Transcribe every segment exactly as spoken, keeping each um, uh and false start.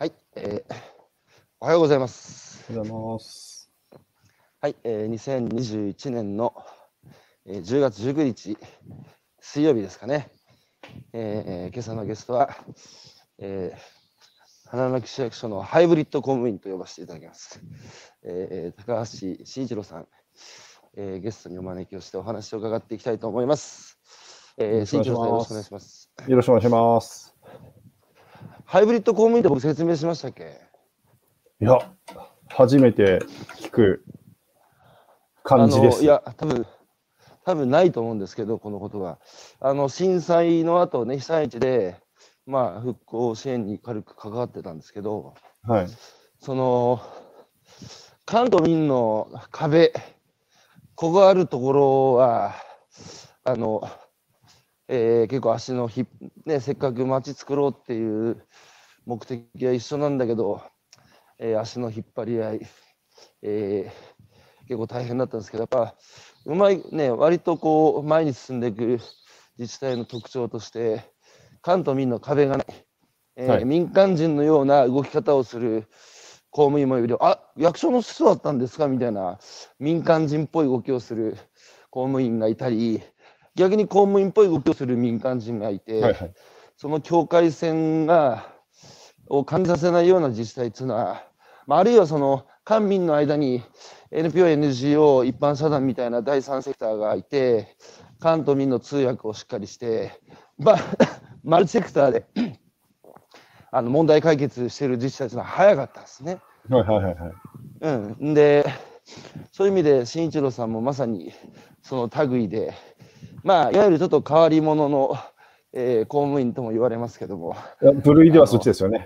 はい、えー、おはようございます。 おはようございます。 はい、えー、にせんにじゅういちねんの、えー、じゅうがつじゅうくにち水曜日ですかね。えー、今朝のゲストは、えー、花巻市役所のハイブリッド公務員と呼ばせていただきます。えー、高橋慎一郎さん、えー、ゲストにお招きをしてお話を伺っていきたいと思います。えー、慎一郎さん、よろしくお願いします。 よろしくお願いします。 ハイブリッド公務員って僕説明しましたっけ？ いや、初めて聞く感じです。 あのいや、多分多分ないと思うんですけど、このことは。あの震災の後ね、被災地で、まあ、復興支援に軽く関わってたんですけど、 はい、 その関東民の壁、ここあるところは、あのえー、結構足のひ、ね、せっかく街作ろうっていう目的は一緒なんだけど、えー、足の引っ張り合い、えー、結構大変だったんですけど、やっぱうまいね、割とこう前に進んでいく自治体の特徴として、関東民の壁がない、えーはい、民間人のような動き方をする公務員もいる。あ、役所の人だったんですかみたいな民間人っぽい動きをする公務員がいたり、逆に公務員っぽい動きをする民間人がいて、はいはい、その境界線がを感じさせないような自治体っていうのは、まあ、あるいはその官民の間に エヌピーオー、エヌジーオー、一般社団みたいな第三セクターがいて、官と民の通訳をしっかりして、まあ、マルチセクターであの問題解決している自治体というのは早かったですね。 はいはいはいはい。 うん、で、そういう意味で慎一郎さんもまさにその類で、まあ、いわゆるちょっと変わり者の、えー、公務員とも言われますけども。 いや部類ではそっちですよね。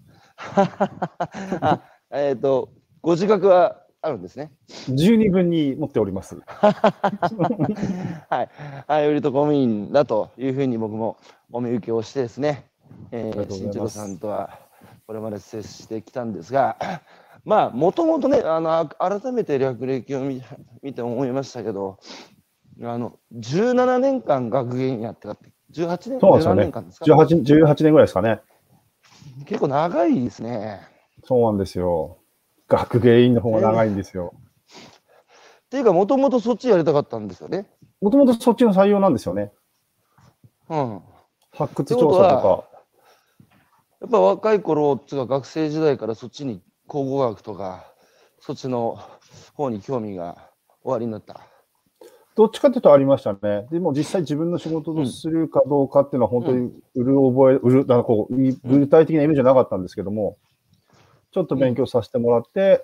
あえっ、ー、と、ご自覚はあるんですね。 十二分に持っております。 はい。ハイブリッド公務員だというふうに僕もお見受けをしてですね、えー、慎一郎さんとはこれまで接してきたんですが、まあ、もともとね、あの、改めて略歴を 見, 見て思いましたけど、あの、じゅうななねんかん学芸員やってたって、じゅうはちねん、 そうですよね。 年間ですか？ じゅうはち、じゅうはちねんぐらいですかね。 結構長いですね。 そうなんですよ。学芸員の方が長いんですよ。 っていうか、もともとそっちやりたかったんですよね。 もともとそっちの採用なんですよね。 うん。 発掘調査とか。 やっぱ若い頃つか学生時代からそっちに考古学とかそっちの方に興味がおありになった？ どっちかというとありましたね。でも実際自分の仕事とするかどうかっていうのは本当にうる覚え、うる、なんかこう、具体的なイメージじゃなかったんですけども、ちょっと勉強させてもらって、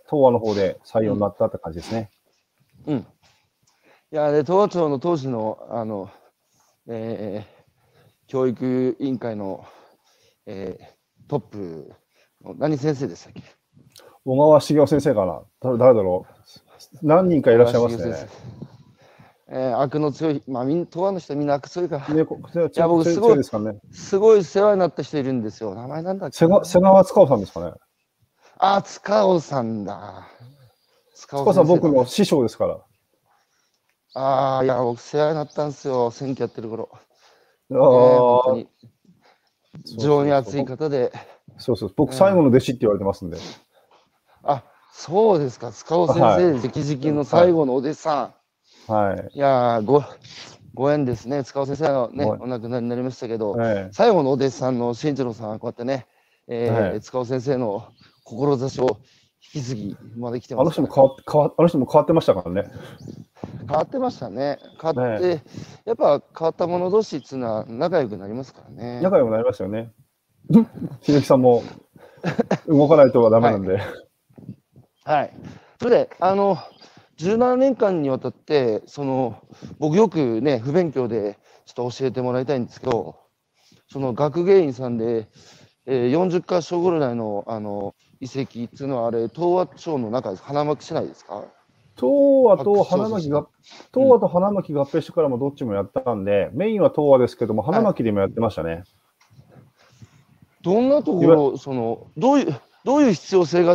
東和の方で採用になったって感じですね。 うん。うん、いや、で、東和町の当時の、あの、えー、教育委員会の、えー、トップの何先生でしたっけ？ 小川茂雄先生かな。誰だろう。何人かいらっしゃいますね。 えー、悪の強い、まあ、みん、東和の人はみんな悪強いから。 ね、 いや、僕すごい、ね、すごい世話になった人いるんですよ。名前なんだっけ？ 瀬川塚尾さんですかね。 あ、塚尾さんだ。 塚尾さん、僕の師匠ですから。 ああ、いや、僕世話になったんですよ。選挙やってる頃。 ああ、 えー、本当に。情に熱い方で。 そうそう、僕最後の弟子って言われてますんで。うん、 あ、そうですか。塚尾先生、直々の最後のお弟子さん。はい。 いやご、ご縁ですね。塚尾先生のね、お亡くなりになりましたけど、はい、最後のお弟子さんの慎一郎さんはこうやってね、えーはい、塚尾先生の志を引き継ぎまで来てますから。 あの人も変わって、変わあの人も変わってましたからね。 変わってましたね。変わって、ね、やっぱ変わった者同士っていうのは仲良くなりますからね。 仲良くなりますよね。ひろきさんも動かないとはダメなんで。 はい。はい、それで、あの、じゅうななねんかんにわたって、その、僕よくね、不勉強でちょっと教えてもらいたいんですけど、その学芸員さんで、えー、よんじゅっかしょぐらいの、あの、遺跡っていうのはあれ、東和町の中です。花巻市内ですか？ 東和と花巻が、東和と花巻合併してからもどっちもやったんで、うん、メインは東和ですけども、花巻でもやってましたね。はい、 どんなところ、その、どういう、どういう必要性があって、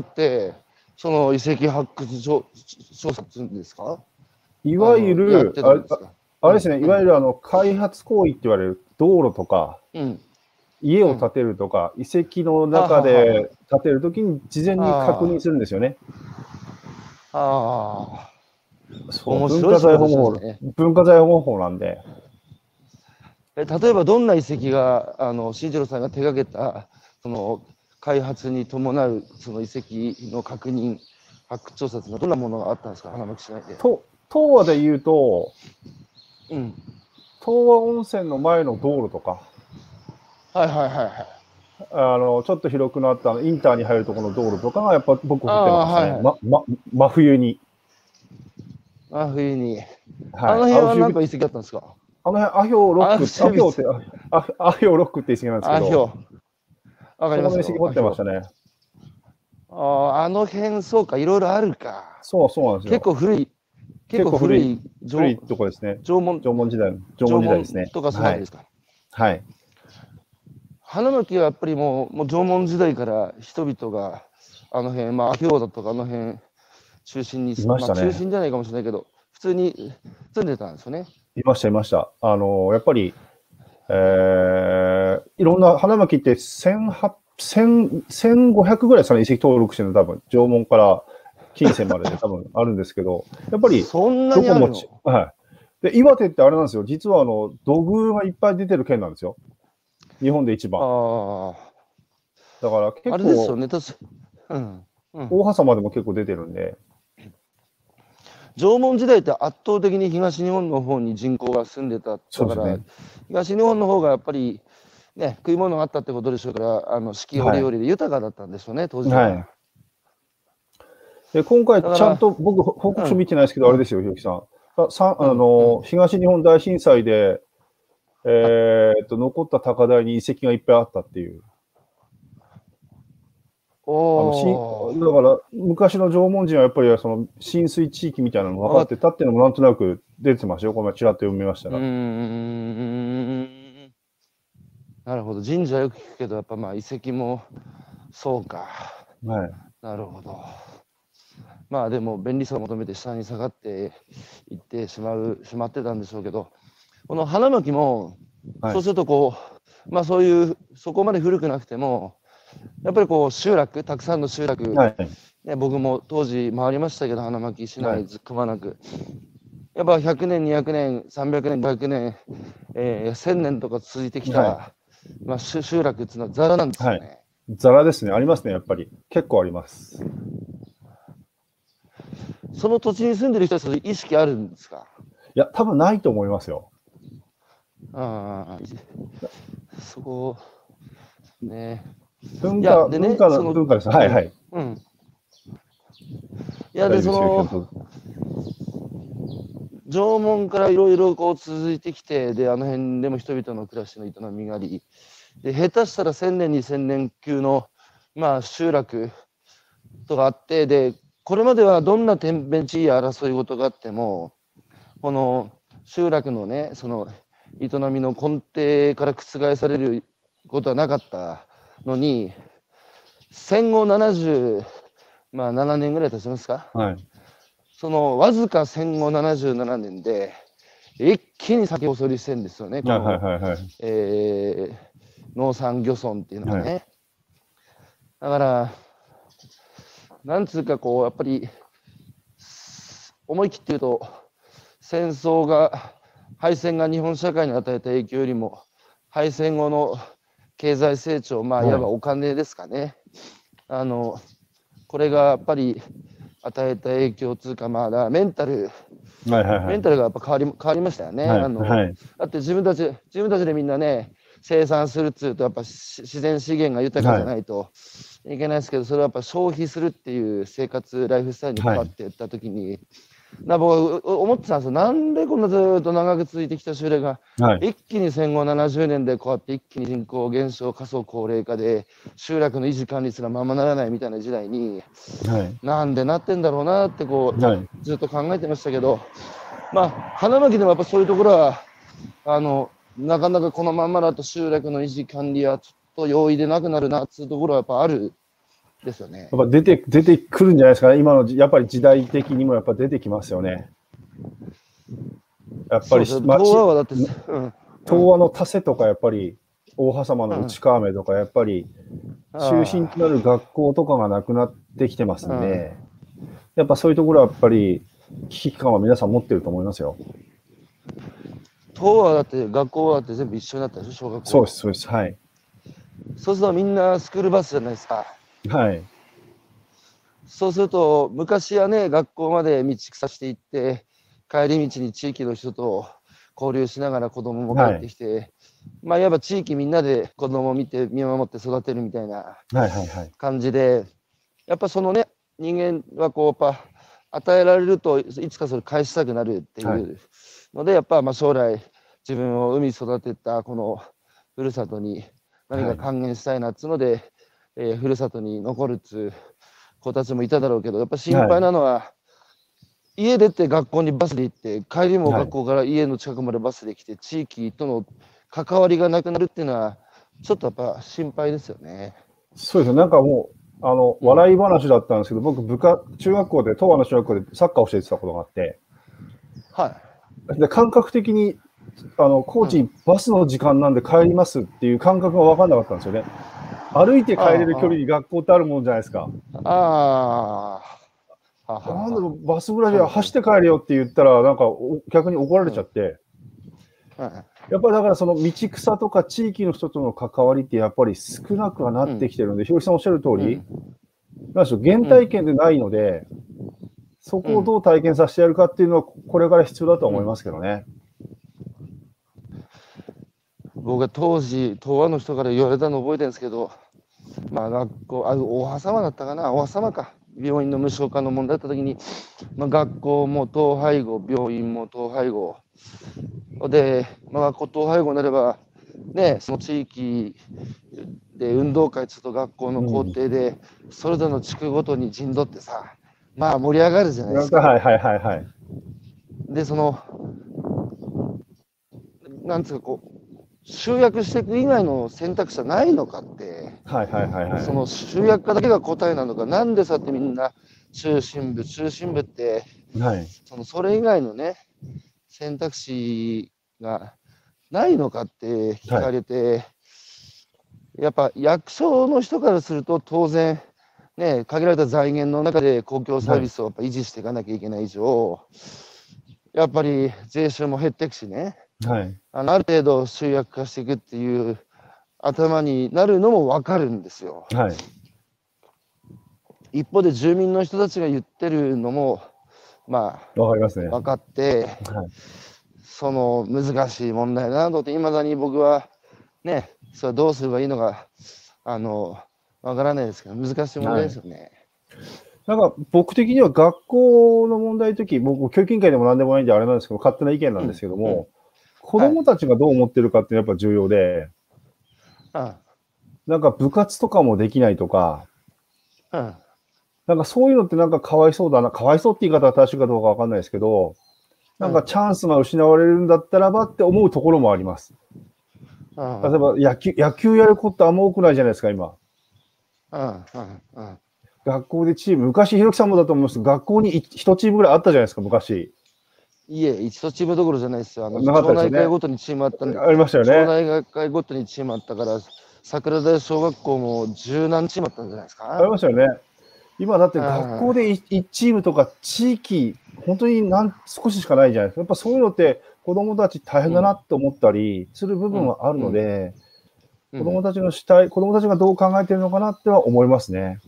その遺跡発掘調査するんですか？ いわゆる、あれ、あれですね、うん、いわゆるあの開発行為って言われる道路とか、 うん家を建てるとか、遺跡の中で建てるときに事前に確認するんですよね。 ああ。 そう、 面白い文化財保護法、 仕事ですね。 文化財保護法なんで。 え、例えばどんな遺跡が、あの、進次郎さんが手掛けた、その、開発に伴う、その遺跡の確認、発掘調査というのはどんなものがあったんですか、花巻市内で。 と、東和で言うと、 うん。 東和温泉の前の道路とか、 はいはいはいはい。 あの、ちょっと広くなったインターに入るところの道路とかが、やっぱ僕降ってましたね。 あーはいはいま、ま、真冬に。 あ、冬に。 はい。 あの辺は何か遺跡あったんですか。 あの辺、アヒョーロック、 あ、 アヒョーって、あアヒョーロックって遺跡なんですけあ、ひど、 ょう。わかそりますよ。 この遺跡掘ってあひょう。 ましたね。 あ、あの辺、そうか、いろいろあるか。 そう、そうなんですよ。 結構古い、結構古い古いとこですね。 縄文、 縄文時代、縄文時代ですね。 とかそのあたりですか。 はい。はい。 花巻はやっぱりもう、もう縄文時代から人々が、あの辺、まあ、秋葉だとかあの辺中心に、 いましたね。 まあ、中心じゃないかもしれないけど、普通に住んでたんですよね。 いました、いました。あの、やっぱり、えー、いろんな、花巻ってせんごひゃくぐらいですかね、遺跡登録してるの、多分、縄文から近世までで多分あるんですけど、やっぱり、 そんなにあるの？ はい。で、岩手ってあれなんですよ、実はあの、土偶がいっぱい出てる県なんですよ。日本で一番。 ああ。 だから結構、 あれですよね、確かうんうん、 大羽様でも結構出てるんで。 縄文時代って圧倒的に東日本の方に人口が住んでた。だから、ね、東日本の方がやっぱり、ね、食い物があったってことでしょうから、あの四季折々で豊かだったんでしょうね、はい、当時は。はい、 で今回、ちゃんと僕、報告書見てないですけど、うん、あれですよ、ひろきさん。さあの、うん、東日本大震災で、えー、っと残った高台に遺跡がいっぱいあったっていう。あのしだから昔の縄文人はやっぱりその浸水地域みたいなのが分かってたっていうのもなんとなく出てましたよ。これちらっと読みましたが。 うーんなるほど。神社よく聞くけどやっぱまあ遺跡もそうか。 はい。 なるほど。まあでも便利さを求めて下に下がっていってしまうしまってたんでしょうけど、この花巻も、はい、そうするとこうまあそういうそこまで古くなくても。やっぱりこう集落、たくさんの集落、はいね、僕も当時回りましたけど、花巻市内くまなく、やっぱひゃくねん、にひゃくねん、さんびゃくねん、ごひゃくねん、えー、せんねんとか続いてきた、はい、まあ、集落っていうのはザラなんですよね。はい、 ザラですね、ありますね、やっぱり。結構あります。 その土地に住んでる人たち、意識あるんですか？ いや、多分ないと思いますよ。 ああ、そこ、ね。 文化、ね、文化の文化です。はいはい。 うん。いや、で、その、縄文からいろいろこう続いてきて、で、あの辺でも人々の暮らしの営みがあり、で、下手したら千年、二千年級の、まあ、集落とかあって、で、これまではどんな天変地異や争い事があっても、この集落のね、その営みの根底から覆されることはなかったのに、戦後ななじゅう、まあ、ななねんぐらい経ちますか、はい、そのわずか戦後ななじゅうななねんで一気に先細りしてるんですよね、この、はいはいはい、えー、農産漁村っていうのがね、はい、だからなんつうかこうやっぱり思い切って言うと戦争が敗戦が日本社会に与えた影響よりも敗戦後の経済成長、まあいわばお金ですかね、はい、あのこれがやっぱり与えた影響というか、まあだメンタル、はいはいはい、メンタルがやっぱ変わり変わりましたよね、はいあのはい、だって自分たち自分たちでみんなね生産するっつうとやっぱ自然資源が豊かじゃないといけないですけど、それはやっぱ消費するっていう生活ライフスタイルに変わっていった時に、はいな僕は思ってたんですよ。なんでこんなずっと長く続いてきた集落が、はい、一気に戦後ななじゅうねんでこうやって一気に人口減少、過疎高齢化で集落の維持管理すらままならないみたいな時代に、はい、なんでなってんだろうなってこう、はい、ずっと考えてましたけど、まあ花巻でもやっぱそういうところはあのなかなかこのまんまだと集落の維持管理はちょっと容易でなくなるなっていうところはやっぱある。ですよね、 やっぱ出て、出てくるんじゃないですかね。今の、やっぱり時代的にもやっぱ出てきますよね。やっぱり、 東和はだって、うん、 東和の田瀬とかやっぱり、 大狭間の内川目とか、やっぱり中心となる学校とかがなくなってきてますんで、やっぱそういうところはやっぱり危機感は皆さん持ってると思いますよ。 東はだって学校はだって全部一緒になったでしょ、小学校。 そうです、そうです。はい。 そうするとみんなスクールバスじゃないですか。 はい。 そうすると、昔はね、学校まで道草していって、帰り道に地域の人と交流しながら子供も帰ってきて、はい、まあ、いわば地域みんなで子供を見て、見守って育てるみたいな感じで、はいはいはい、やっぱそのね、人間はこう、やっぱ与えられるといつかそれ返したくなるっていうので、はい、やっぱまあ将来自分を産み育てたこのふるさとに何か還元したいなっつうので、はい、えー、ふるさとに残るっつう子たちもいただろうけど、やっぱ心配なのは、はい、家出て学校にバスで行って、帰りも学校から家の近くまでバスで来て、地域との関わりがなくなるっていうのは、ちょっとやっぱ心配ですよね。 そうですね、なんかもう、あの、笑い話だったんですけど、うん、僕、部下、中学校で、東和の中学校でサッカーを教えてたことがあって、 はい。 で、感覚的に、あの、コーチにバスの時間なんで帰りますっていう感覚が分かんなかったんですよね。歩いて帰れる距離に学校ってあるもんじゃないですか。ああ。なんでバスぐらいで走って帰れよって言ったら、なんか逆に怒られちゃって。うんうん、やっぱりだからその道草とか地域の人との関わりってやっぱり少なくはなってきてるので、ひろきさんおっしゃる通り、なんでしょう、原体験でないので、そこをどう体験させてやるかっていうのは、これから必要だと思いますけどね。 僕は当時、東和の人から言われたの覚えてるんですけど、まあ学校、あ、大狭間だったかな、大狭間か。病院の無償化の問題だったときに、まあ、学校も統廃合、病院も統廃合。で、まあ、学校統廃合になれば、ね、その地域で運動会ちょっと学校の校庭で、それぞれの地区ごとに陣取ってさ、まあ盛り上がるじゃないですか。 はいはいはいはい。 で、その、なんつうかこう、集約していく以外の選択肢はないのかって、 はいはいはいはい、 その集約化だけが答えなのか、なんでさってみんな中心部、中心部って、はい、そのそれ以外のね、選択肢がないのかって聞かれて、はい、やっぱ役所の人からすると当然、ね、限られた財源の中で公共サービスをやっぱ維持していかなきゃいけない以上、はい、やっぱり税収も減っていくしね、はい、あのある程度集約化していくっていう頭になるのも分かるんですよ。はい、一方で住民の人たちが言ってるのもまあ分かりますね。分かって、はい、その難しい問題だなと思って、いまだに僕はね、それはどうすればいいのかあの分からないですけど、難しい問題ですよね。 はい、なんか僕的には学校の問題の時、僕教育委員会でも何でもないんであれなんですけど、勝手な意見なんですけども、うんうん、子どもたちがどう思ってるかってやっぱ重要で、はい、なんか部活とかもできないとか、うん、なんかそういうのってなんかかわいそうだな、かわいそうって言い方は正しいかどうかわかんないですけど、なんかチャンスが失われるんだったらばって思うところもあります。例えば野球、野球やる子ってあんま多くないじゃないですか、今。学校でチーム、昔、ひろきさんもだと思いますけど、学校に一チームぐらいあったじゃないですか、昔。 いえ、一チームどころじゃないですよ。あの町内会ごとにチームあったんで、 ありましたよね。 町内会ごとにチームあったから、桜田小学校も十何チームあったんじゃないですか。 ありましたよね。今だって学校でいちチームとか地域、本当になん少ししかないじゃないですか。やっぱそういうのって子どもたち大変だなって思ったりする部分はあるので、子どもたちの主体、子どもたちがどう考えてるのかなっては思いますね。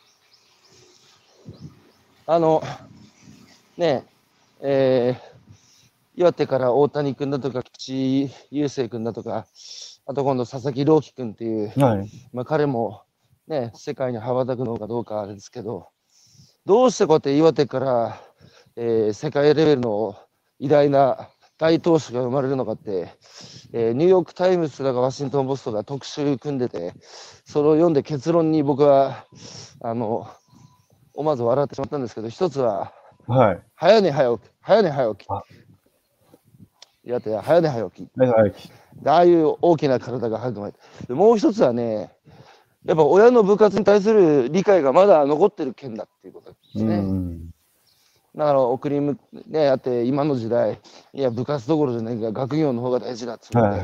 あの、ねえ、えー、岩手から大谷君だとか、菊池雄星君だとか、あと今度佐々木朗希君っていう、はい、まあ彼もね、世界に羽ばたくのかどうかあれですけど、どうしてこうやって岩手から、えー、世界レベルの偉大な大投手が生まれるのかって、えー、ニューヨーク・タイムズだかワシントン・ポストが特集組んでて、それを読んで結論に僕はあの思わず笑ってしまったんですけど、一つは、はい、早寝早起き、早寝早起き。岩手は早寝早起き。早起き。ああいう大きな体が育まれて。でもう一つはね、やっぱ親の部活に対する理解がまだ残ってる県だっていうことですね。うんだから送りね、あって今の時代、いや部活どころじゃないが学業の方が大事だっつうので、はいはい、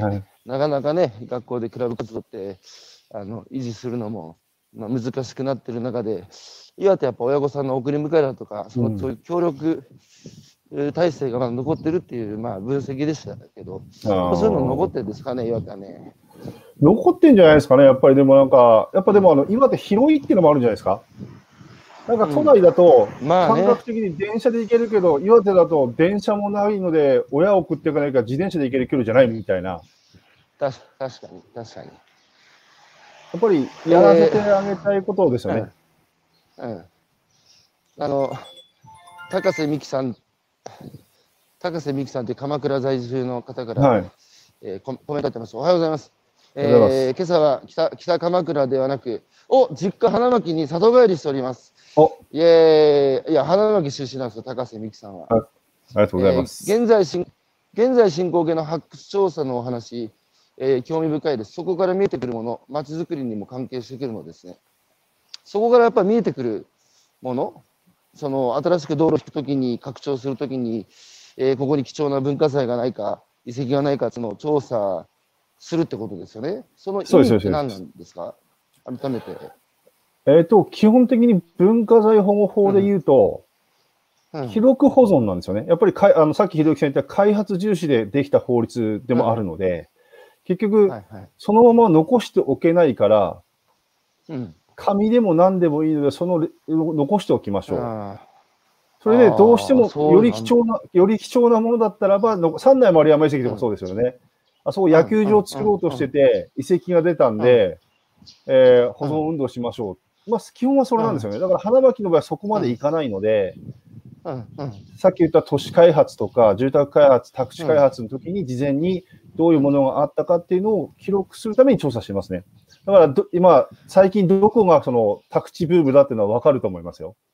なかなかね、学校でクラブ活動ってあの維持するのも、まあ、難しくなってる中で、岩手やっぱ親御さんの送り迎えだとか、そのそういう協力体制がまだ残ってるっていう、まあ、分析でしたけど、やっぱそういうの残ってるんですかね、岩手はね。 残ってんじゃないですかね、やっぱりでもなんか、やっぱでもあの岩手広いっていうのもあるんじゃないですか。なんか都内だと感覚的に電車で行けるけど、岩手だと電車もないので、親を送っていかないから自転車で行ける距離じゃないみたいな。 確かに、確かに。 やっぱりやらせてあげたいことですよね。 えーうんうん、あの、高瀬美樹さん、高瀬美樹さんという鎌倉在住の方から、はい、えー、コメントあってます。おはようございます。えー、今朝は 北, 北鎌倉ではなく、お、実家花巻に里帰りしております。おいえー、いや、花巻出身なんですよ、高瀬美樹さんは。 あ, ありがとうございます。 えー、現在進、現在進行形の発掘調査のお話、えー、興味深いです。そこから見えてくるもの、まちづくりにも関係してくるのですね。そこからやっぱり見えてくるもの、その新しく道路を引くときに、拡張するときに、えー、ここに貴重な文化財がないか、遺跡がないか、その調査するってことですよね。その意味って何なんですか？改めて。 えっと、基本的に文化財保護法で言うと、うんうん、記録保存なんですよね。やっぱりかいあのさっきひろゆきさん言った開発重視でできた法律でもあるので、うん結局、はいはい、そのまま残しておけないから、うん、紙でも何でもいいので、その残しておきましょう。それでどうしてもより貴重な、より貴重なものだったらば、三内丸山遺跡でもそうですよね。うん、あそこ野球場を作ろうとしてて、遺跡が出たんで、うんえー、保存運動しましょう。まあ、基本はそれなんですよね。だから花巻の場合はそこまでいかないので、うんうん、さっき言った都市開発とか住宅開発、宅地開発の時に事前にどういうものがあったかっていうのを記録するために調査してますね。だからど今、最近どこがその宅地ブームだっていうのは分かると思いますよ。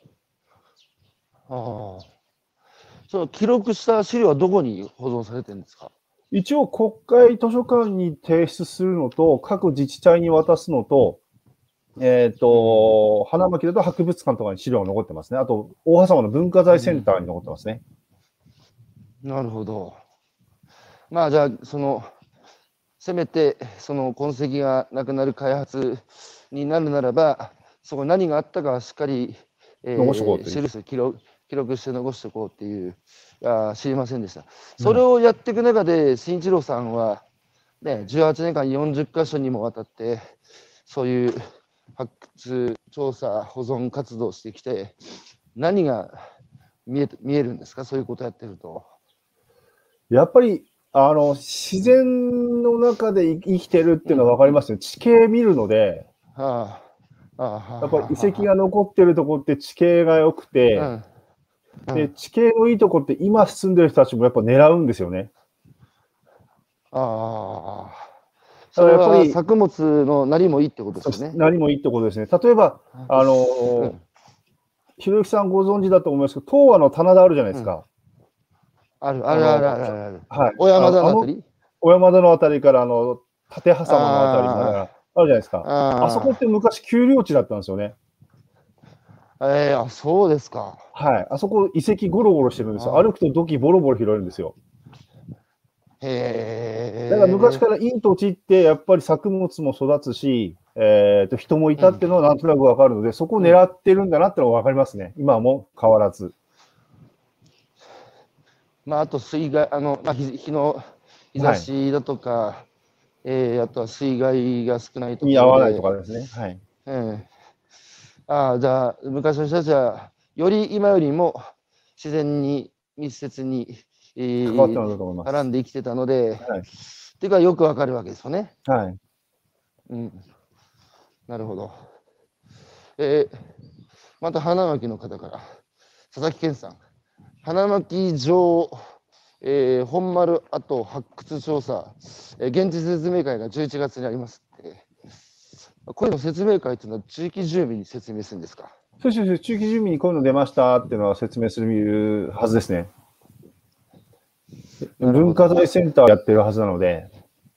ああ。その記録した資料はどこに保存されてるんですか？ 一応国会図書館に提出するのと、各自治体に渡すのと、えっ、ー、と、うん、花巻だと博物館とかに資料が残ってますね。あと、大羽様の文化財センターに残ってますね。 うん、なるほど。まあ、じゃあ、その、せめて、その痕跡がなくなる開発になるならば、そこに何があったかしっかり、えー、 残しておこうという記す記録、記録して残しておこうっていう、あ知りませんでした。それをやっていく中で、慎一郎さんは、ね、じゅうはちねんかんよんじゅっかしょにもわたって、そういう発掘、調査、保存活動をしてきて、何が見え、見えるんですか、そういうことをやってると。 やっぱり、あの、自然の中で生きてるっていうのは分かりますよ。うん、地形見るので、はあああ、やっぱり遺跡が残ってるとこって地形が良くて、うんうん、で、地形のいいとこって今住んでる人たちもやっぱ狙うんですよね。 ああ。それはやっぱり作物のなりもいいってことですよね。 なりもいいってことですね。例えば、あのー、うん、ひろゆきさんご存知だと思いますけど、東和の棚田あるじゃないですか。うん、ある、あるあるあるある。はい。小山田のあたり小山田のあたりから、あの、立挟間のあたりまであるじゃないですか。あ, あそこって昔丘陵地だったんですよね。 ええー、あ、そうですか。 はい。あそこ遺跡ゴロゴロしてるんですよ。歩くと土器ボロボロ拾えるんですよ。 へえ。 だから昔からいい土地ってやっぱり作物も育つし、えー、と人もいたっていうのはなんとなくわかるので、うん、そこを狙ってるんだなってのはわかりますね。今も変わらず。 まあ、あと水害、あの、まあ、日の日差しだとか、はい、えー、あとは水害が少ないところで。 に合わないとかですね。はい。 えー、ああ、じゃあ、昔の人たちは、より今よりも自然に密接に、えー、 関わってるんだと思います。 絡んで生きてたので、はい、っていうかよくわかるわけですよね。 はい。 うん。なるほど。えー、また花巻の方から、佐々木健さん。花巻城、えー、本丸跡発掘調査、えー、現地説明会がじゅういちがつにありますって。こういうの説明会というのは地域住民に説明するんですか？ そうです。地域住民にこういうの出ましたっていうのは説明するはずですね。文化財センターをやってるはずなので。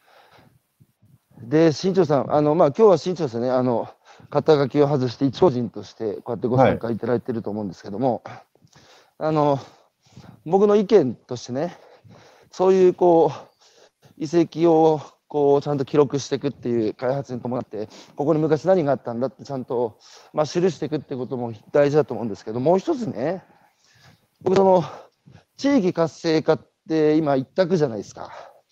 で、新庄さん、あの、まあ、今日は新庄さんね、あの、肩書きを外して一個人としてこうやってご参加いただいていると思うんですけども、はい、あの、僕の意見としてね、そういうこう、 遺跡をこうちゃんと記録していくっていう開発に伴って、ここに昔何があったんだってちゃんと、まあ、記していくってことも大事だと思うんですけど、もう一つね、僕その地域活性化って今一択じゃないですか。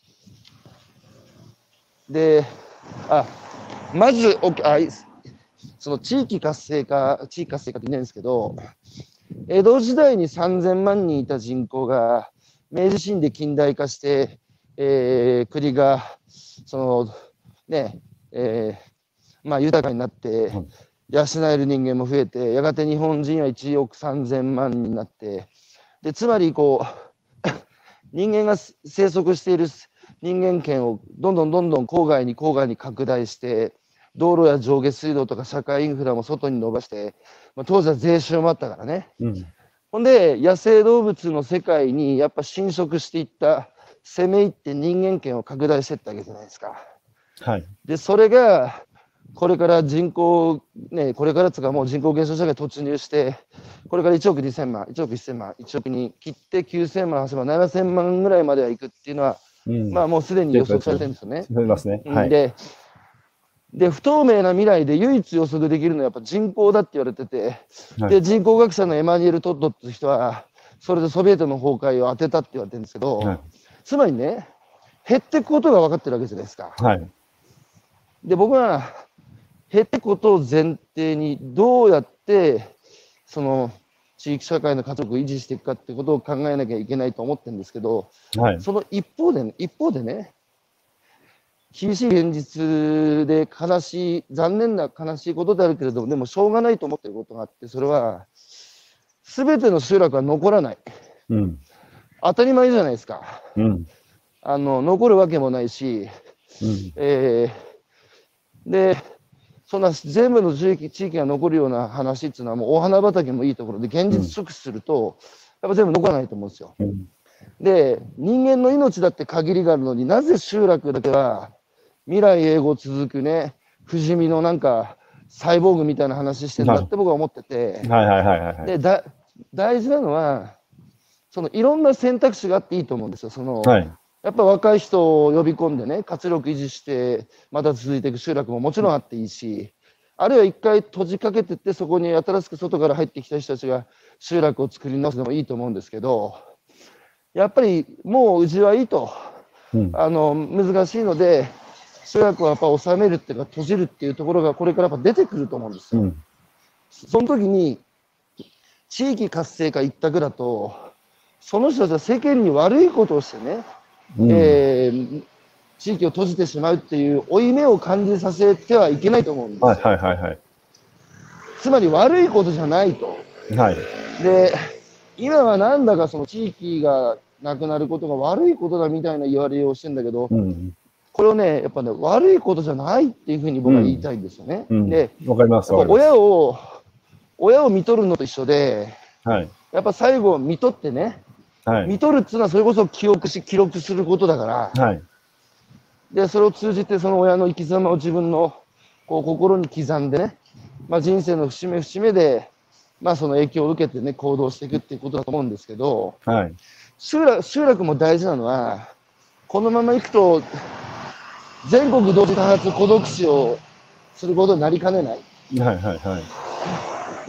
で、あ、まずおあその地域活性化、地域活性化って言うんですけど、江戸時代にさんぜんまんにんいた人口が明治維新で近代化して、えー、国がそのね、えー、まあ豊かになって養える人間も増えて、やがて日本人はいちおくさんぜんまんにんになって、でつまりこう人間が生息している人間圏をどんどんどんどん郊外に郊外に拡大して、道路や上下水道とか社会インフラも外に伸ばして、まあ、当時は税収もあったからね、うん、ほんで野生動物の世界にやっぱ侵食していった、攻め入って人間圏を拡大していったわけじゃないですか。 はい、 でそれがこれから人口ね、これからつかもう人口減少社会突入して、これからいちおくにせんまん、いちおくせんまん、いちおくに切ってきゅうせんまん、はっせんまん、ななせんまんぐらいまではいくっていうのは、うん、まあもうすでに予測されてるんですよね。 ますね。はい、 でで不透明な未来で唯一予測できるのはやっぱ人口だって言われてて、はい、で人口学者のエマニュエル・トッドっていう人はそれでソビエトの崩壊を当てたって言われてるんですけど、はい、つまりね、減っていくことが分かってるわけじゃないですか。はい、で僕は減っていくことを前提にどうやってその地域社会の家族を維持していくかってことを考えなきゃいけないと思ってるんですけど、はい、その一方でね、一方でね、厳しい現実で悲しい、残念な悲しいことであるけれども、でもしょうがないと思っていることがあって、それは、すべての集落は残らない、うん。当たり前じゃないですか。うん、あの残るわけもないし、うんえー、で、そんな全部の地域、地域が残るような話っていうのは、もうお花畑もいいところで、現実直視すると、やっぱ全部残らないと思うんですよ。うん、で、人間の命だって限りがあるのになぜ集落だけは、未来永劫続くね、不死身のなんかサイボーグみたいな話してんだって僕は思ってて、でだ大事なのは、そのいろんな選択肢があっていいと思うんですよ。その、はい、やっぱ若い人を呼び込んでね、活力維持して、また続いていく集落ももちろんあっていいし、あるいは一回閉じかけてって、そこに新しく外から入ってきた人たちが集落を作り直すのもいいと思うんですけど、やっぱりもううちはいいと、うん、あの難しいので、集落はやっぱ収めるっていうか閉じるっていうところがこれからやっぱ出てくると思うんですよ。うん、その時に地域活性化一択だと、その人たちは世間に悪いことをしてね、うんえー、地域を閉じてしまうっていう負い目を感じさせてはいけないと思うんですよ。はいはいはいはい、つまり悪いことじゃないと。はい、で今はなんだかその地域がなくなることが悪いことだみたいな言われをしてるんだけど、うんこれをね、やっぱね、悪いことじゃないっていうふうに僕は言いたいんですよね。うんうん、で、わかります。親を、親を見とるのと一緒で、はい、やっぱ最後、見とってね、はい、見とるっていうのはそれこそ記憶し、記録することだから、はい、で、それを通じてその親の生き様を自分のこう心に刻んでね、まあ、人生の節目節目で、まあ、その影響を受けてね、行動していくっていうことだと思うんですけど、はい、集落、集落も大事なのは、このままいくと、全国同時多発孤独死をすることになりかねない。はいはいはい。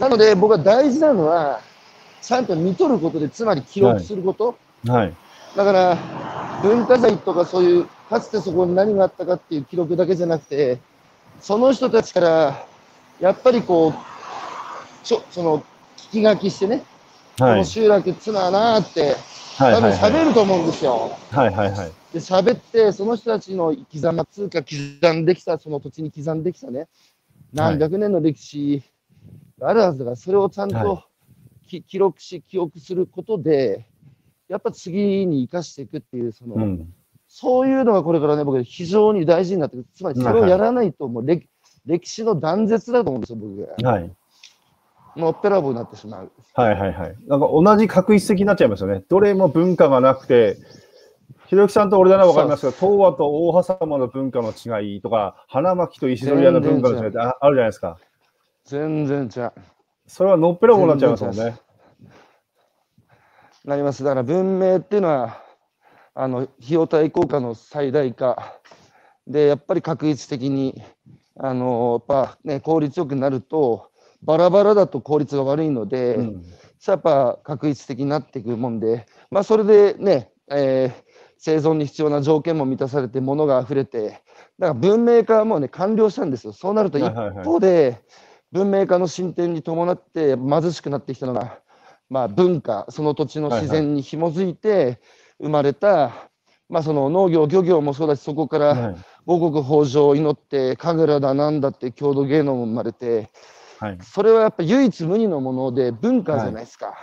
なので僕は大事なのはちゃんと見とることで、つまり記録すること。はい。はい、だから文化財とかそういうかつてそこに何があったかっていう記録だけじゃなくて、その人たちからやっぱりこうちょその聞き書きしてね、はい、この集落つななーって。多分喋ると思うんですよ。はいはいはい。で、喋って、その人たちの生き様つうか、刻んできた、その土地に刻んできたね、何百年の歴史があるはずだから、それをちゃんと、はい、記録し、記憶することで、やっぱ次に生かしていくっていう、その、うん、そういうのがこれからね、僕、非常に大事になってくる。つまり、それをやらないと、もう、はい、歴史の断絶だと思うんですよ、僕が。はい。のっぺらぼうになってしまう。 はいはいはい。なんか同じ確一的になっちゃいますよね。どれも文化がなくて、ひろゆきさんと俺ならわかりますが、東和と大狭間の文化の違いとか、花巻と石取屋の文化の違いって あ, あるじゃないですか。 全然違う。 それはのっぺらぼうになっちゃいますもんね。 なります。だから文明っていうのは、 あの費用対効果の最大化で、やっぱり確率的にあのやっぱ、ね、効率よくなると、バラバラだと効率が悪いので、うん、やっぱ確率的になっていくもんで、まあ、それでね、えー、生存に必要な条件も満たされて、物が溢れて、だから文明化はもうね、完了したんですよ。そうなると、一方で、文明化の進展に伴って貧しくなってきたのが、まあ、文化、その土地の自然に紐づいて生まれた、はいはい、まあ、その農業、漁業もそうだし、そこから五穀豊穣を祈って、神楽だなんだって郷土芸能も生まれて、はい、それはやっぱ唯一無二のもので文化じゃないですか。はい、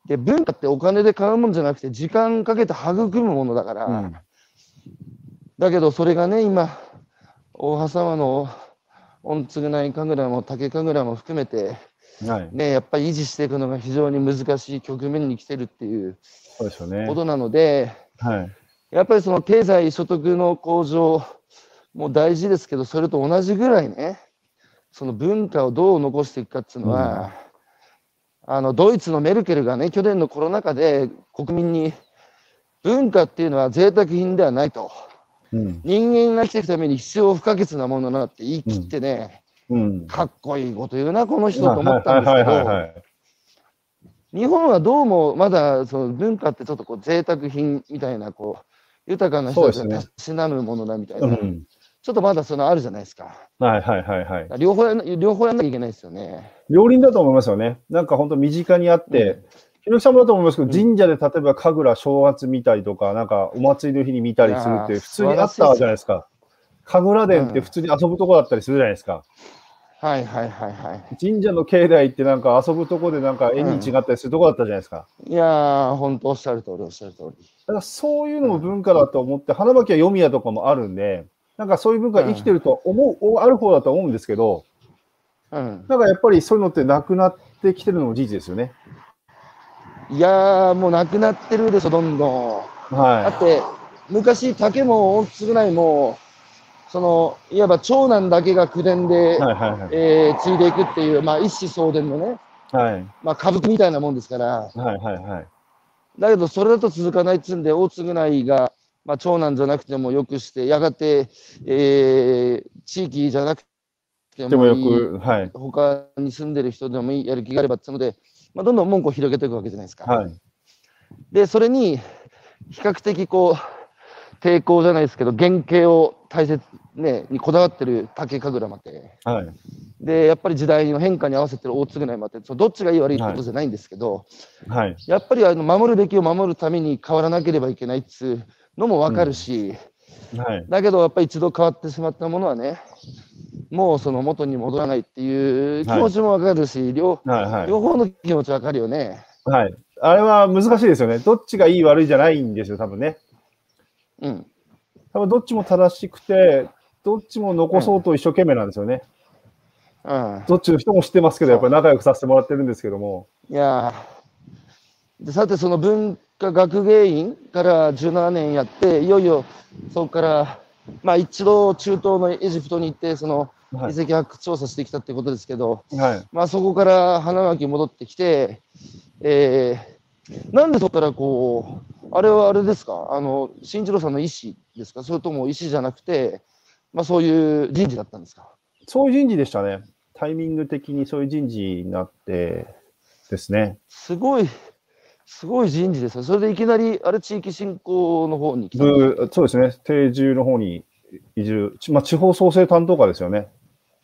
で、文化ってお金で買うもんじゃなくて、時間かけて育むものだから、うん、だけどそれがね、今、大羽様の御償い神楽も竹神楽も含めて、はい、ね、やっぱり維持していくのが非常に難しい局面に来てるっていうことなので、はい、やっぱりその経済所得の向上も大事ですけど、それと同じぐらいね、その文化をどう残していくかっていうのは、うん、あのドイツのメルケルがね、去年のコロナ禍で国民に文化っていうのは贅沢品ではないと、うん、人間が生きていくために必要不可欠なものだって言い切ってね、うんうん、かっこいいこと言うなこの人と思ったんですけど、日本はどうもまだその文化ってちょっとこう贅沢品みたいな、こう豊かな人たちがたしなむものだみたいな、ね、うん、ちょっとまだそのあるじゃないですか。 はいはいはいはい。 両方や両方やんなきゃいけないですよね。 両輪だと思いますよね。なんか本当身近にあって、うん、ひろきさんもだと思いますけど、神社で例えば神楽正月見たりとか、なんかお祭りの日に見たりするって普通にあったじゃないですか。神楽殿って普通に遊ぶとこだったりするじゃないですか。 うん、はいはいはいはい。 神社の境内ってなんか遊ぶとこでなんか縁に違ったりするとこだったじゃないですか。 うん、いやー、本当おっしゃる通りおっしゃる通り。 だからそういうのも文化だと思って、うん、花巻は読み屋とかもあるんで、なんかそういう文化が生きてると思う、うん、ある方だと思うんですけど、うん、なんかやっぱりそういうのってなくなってきてるのも事実ですよね。 いやー、もうなくなってるでしょ、どんどん。はい、だって、昔、竹も大津ぐらいも、そのいわば長男だけが口伝で、はいはいはい、えー、継いでいくっていう、まあ、一子相伝のね、はい、まあ、歌舞伎みたいなもんですから、はいはいはい、だけど、それだと続かないっつうんで、大津ぐらいが、まあ、長男じゃなくてもよくして、やがて、えー、地域じゃなくてもいい、よく、はい、他に住んでる人でもいい、やる気があればっていうので、まあ、どんどん門戸を広げていくわけじゃないですか。はい、で、それに比較的こう抵抗じゃないですけど、原型を大切、ね、にこだわってる竹神楽もあって、はい、でやっぱり時代の変化に合わせてる大津ぐらいもあって、そのどっちがいい悪いってことじゃないんですけど、はい、やっぱりあの守るべきを守るために変わらなければいけないっつうのも分かるし、うん、はい、だけどやっぱり一度変わってしまったものはね、もうその元に戻らないっていう気持ちも分かるし、はい、両, はいはい、両方の気持ち分かるよね。 はい、あれは難しいですよね。どっちがいい悪いじゃないんですよ、多分ね。うん。多分どっちも正しくて、どっちも残そうと一生懸命なんですよね。うん。どっちの人も知ってますけど、やっぱり仲良くさせてもらってるんですけども。 いやでさて、その文化学芸員からじゅうななねんやって、いよいよそこから、まあ、一度中東のエジプトに行って、その遺跡発掘調査してきたってことですけど、はい、まあ、そこから花巻戻ってきて、えー、なんでそこからこう、あれはあれですか、あの進次郎さんの意思ですか、それとも意思じゃなくて、まあ、そういう人事だったんですか。 そういう人事でしたね。タイミング的にそういう人事になってですね。 すごい、すごい人事ですね。それでいきなり、あれ、地域振興の方に来た。 そうですね、定住の方に移住、まあ、地方創生担当課ですよね。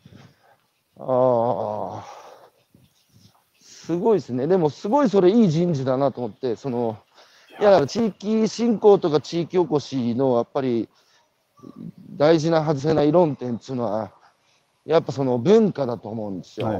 ああ、すごいですね。でも、すごいそれいい人事だなと思って、その、いや、地域振興とか地域おこしの、やっぱり、大事な外せない論点っていうのは、やっぱその文化だと思うんですよ。はい、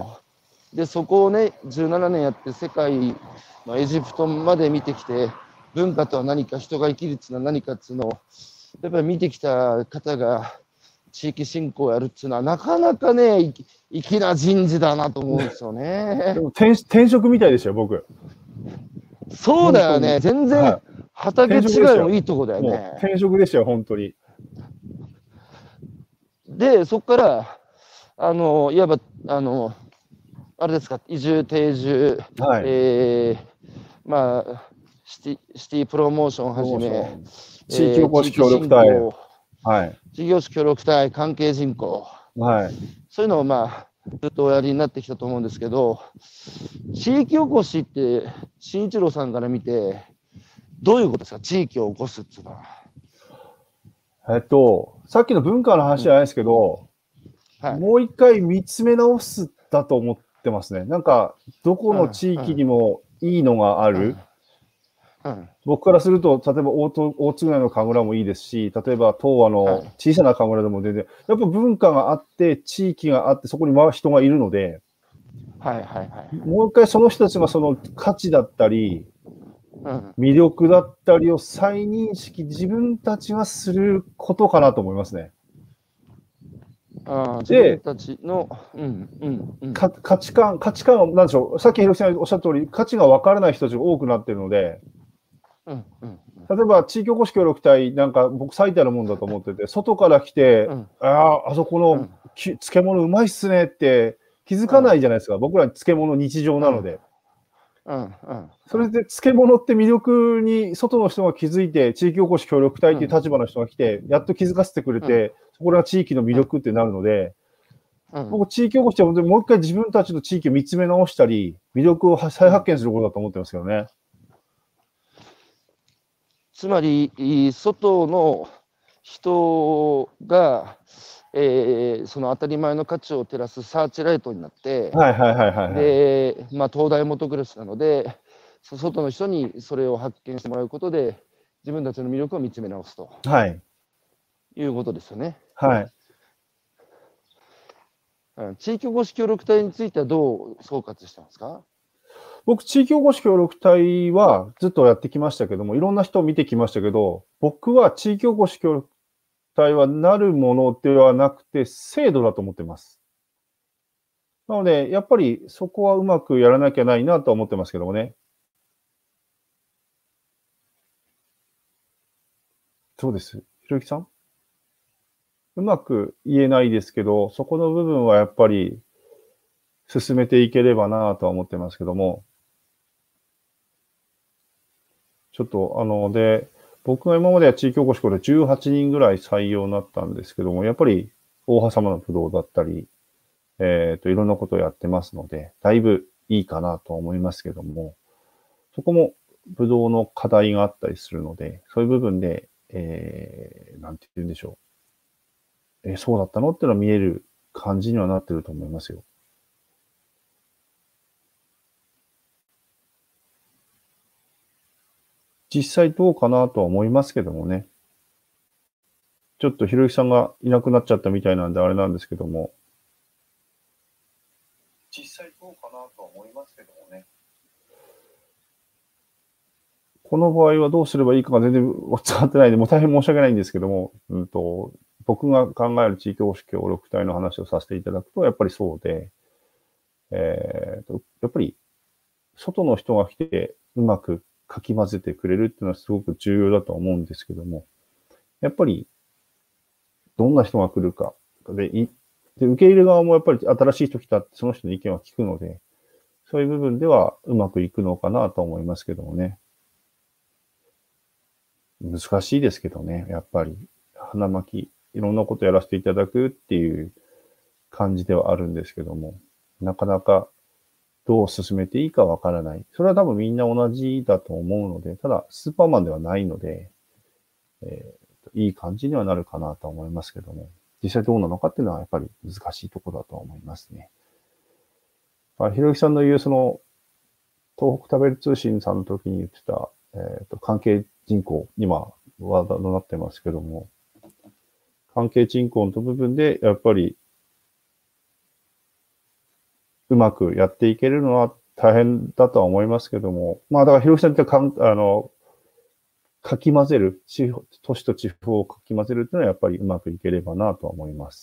で、そこをね、じゅうななねんやって世界、まあ、エジプトまで見てきて、文化とは何か、人が生きるっていうのは何かっていうのを、やっぱり見てきた方が、地域振興をやるっていうのは、なかなかね、粋な人事だなと思うんですよね。 でも 転, 転職みたいですよ、僕。 そうだよね、全然、畑違いもいいとこだよね。 転職でしたよ、本当に。 で、そこから、あの、いわば、あの、あれですか、移住、定住、はい、えー、まあ、 シティ、シティプロモーションをはじめ、 地域おこし協力隊、 はい、地域おこし協力隊、関係人口、 はい、 そういうのをまあずっとおやりになってきたと思うんですけど、地域おこしって慎一郎さんから見てどういうことですか、地域を起こすっていうのは。えっとさっきの文化の話じゃないですけど、うん、はい、もう一回見つめ直すだと思ってますね。なんかどこの地域にもいいのがある。うんうんうん、僕からすると、例えば大津大津ぐらいの神楽もいいですし、例えば東和の小さな神楽でも全然、やっぱ文化があって、地域があって、そこに人がいるので、 はいはいはい、 もう一回その人たちがその価値だったり、うん、魅力だったりを再認識、自分たちがすることかなと思いますね。 あ自分たちの、うんうんうん、 価値観、価値観は何でしょう、さっきひろきさんがおっしゃった通り、価値が分からない人たちが多くなっているので、うんうん、例えば地域おこし協力隊なんか僕最たるもんだと思ってて、外から来て、うん、ああ、あそこのき、うん、漬物うまいっすねって気づかないじゃないですか、うん、僕ら漬物日常なので。うんうんうん、それで漬物って魅力に外の人が気づいて、地域おこし協力隊っていう立場の人が来て、やっと気づかせてくれて、うん、そこが地域の魅力ってなるので、うん、僕、地域おこしって本当にもう一回自分たちの地域を見つめ直したり、魅力を再発見することだと思ってますけどね。 つまり、外の人が、えー、その当たり前の価値を照らすサーチライトになって、で、まあ、東大元暮らしなので、外の人にそれを発見してもらうことで、自分たちの魅力を見つめ直すと、はい、いうことですよね。はい。地域おこし協力隊についてはどう総括したんですか？ 僕、地域おこし協力隊はずっとやってきましたけども、いろんな人を見てきましたけど、僕は地域おこし協力隊はなるものではなくて、制度だと思ってます。なので、やっぱりそこはうまくやらなきゃないなとは思ってますけどもね。そうです。ひろゆきさん？うまく言えないですけど、そこの部分はやっぱり進めていければなとは思ってますけども。ちょっと、あの、で、僕が今までは地域おこし協力でじゅうはちにんぐらい採用になったんですけども、やっぱり大羽様の不動だったり、えっと、いろんなことをやってますので、だいぶいいかなと思いますけども、そこもブドウの課題があったりするので、そういう部分で、えー、なんて言うんでしょう。えー、そうだったのっていうのは見える感じにはなってると思いますよ。実際どうかなとは思いますけどもね。ちょっとひろゆきさんがいなくなっちゃったみたいなんであれなんですけども。実際どうかなとは思いますけどもね。この場合はどうすればいいかが全然伝わってないんで、もう大変申し訳ないんですけども、うんと、僕が考える地域おこし協力隊の話をさせていただくと、やっぱりそうで、えーと、やっぱり、外の人が来てうまくかき混ぜてくれるっていうのはすごく重要だと思うんですけども、やっぱり、どんな人が来るかで、いで受け入れ側もやっぱり新しい人来たってその人の意見は聞くので、そういう部分ではうまくいくのかなと思いますけどもね。難しいですけどね、やっぱり。花巻、いろんなことやらせていただくっていう感じではあるんですけども、なかなかどう進めていいかわからない。それは多分みんな同じだと思うので、ただスーパーマンではないので、えー、いい感じにはなるかなと思いますけども、実際どうなのかっていうのはやっぱり難しいところだと思いますね。ひろゆきさんの言うその、東北食べる通信さんの時に言ってた、えーと、関係人口、今、ワードになってますけども、関係人口の部分で、やっぱり、うまくやっていけるのは大変だとは思いますけども、まあ、だから、ひろゆきさんってかん、あの、かき混ぜる、都市と地方をかき混ぜるっていうのは、やっぱりうまくいければなとは思います。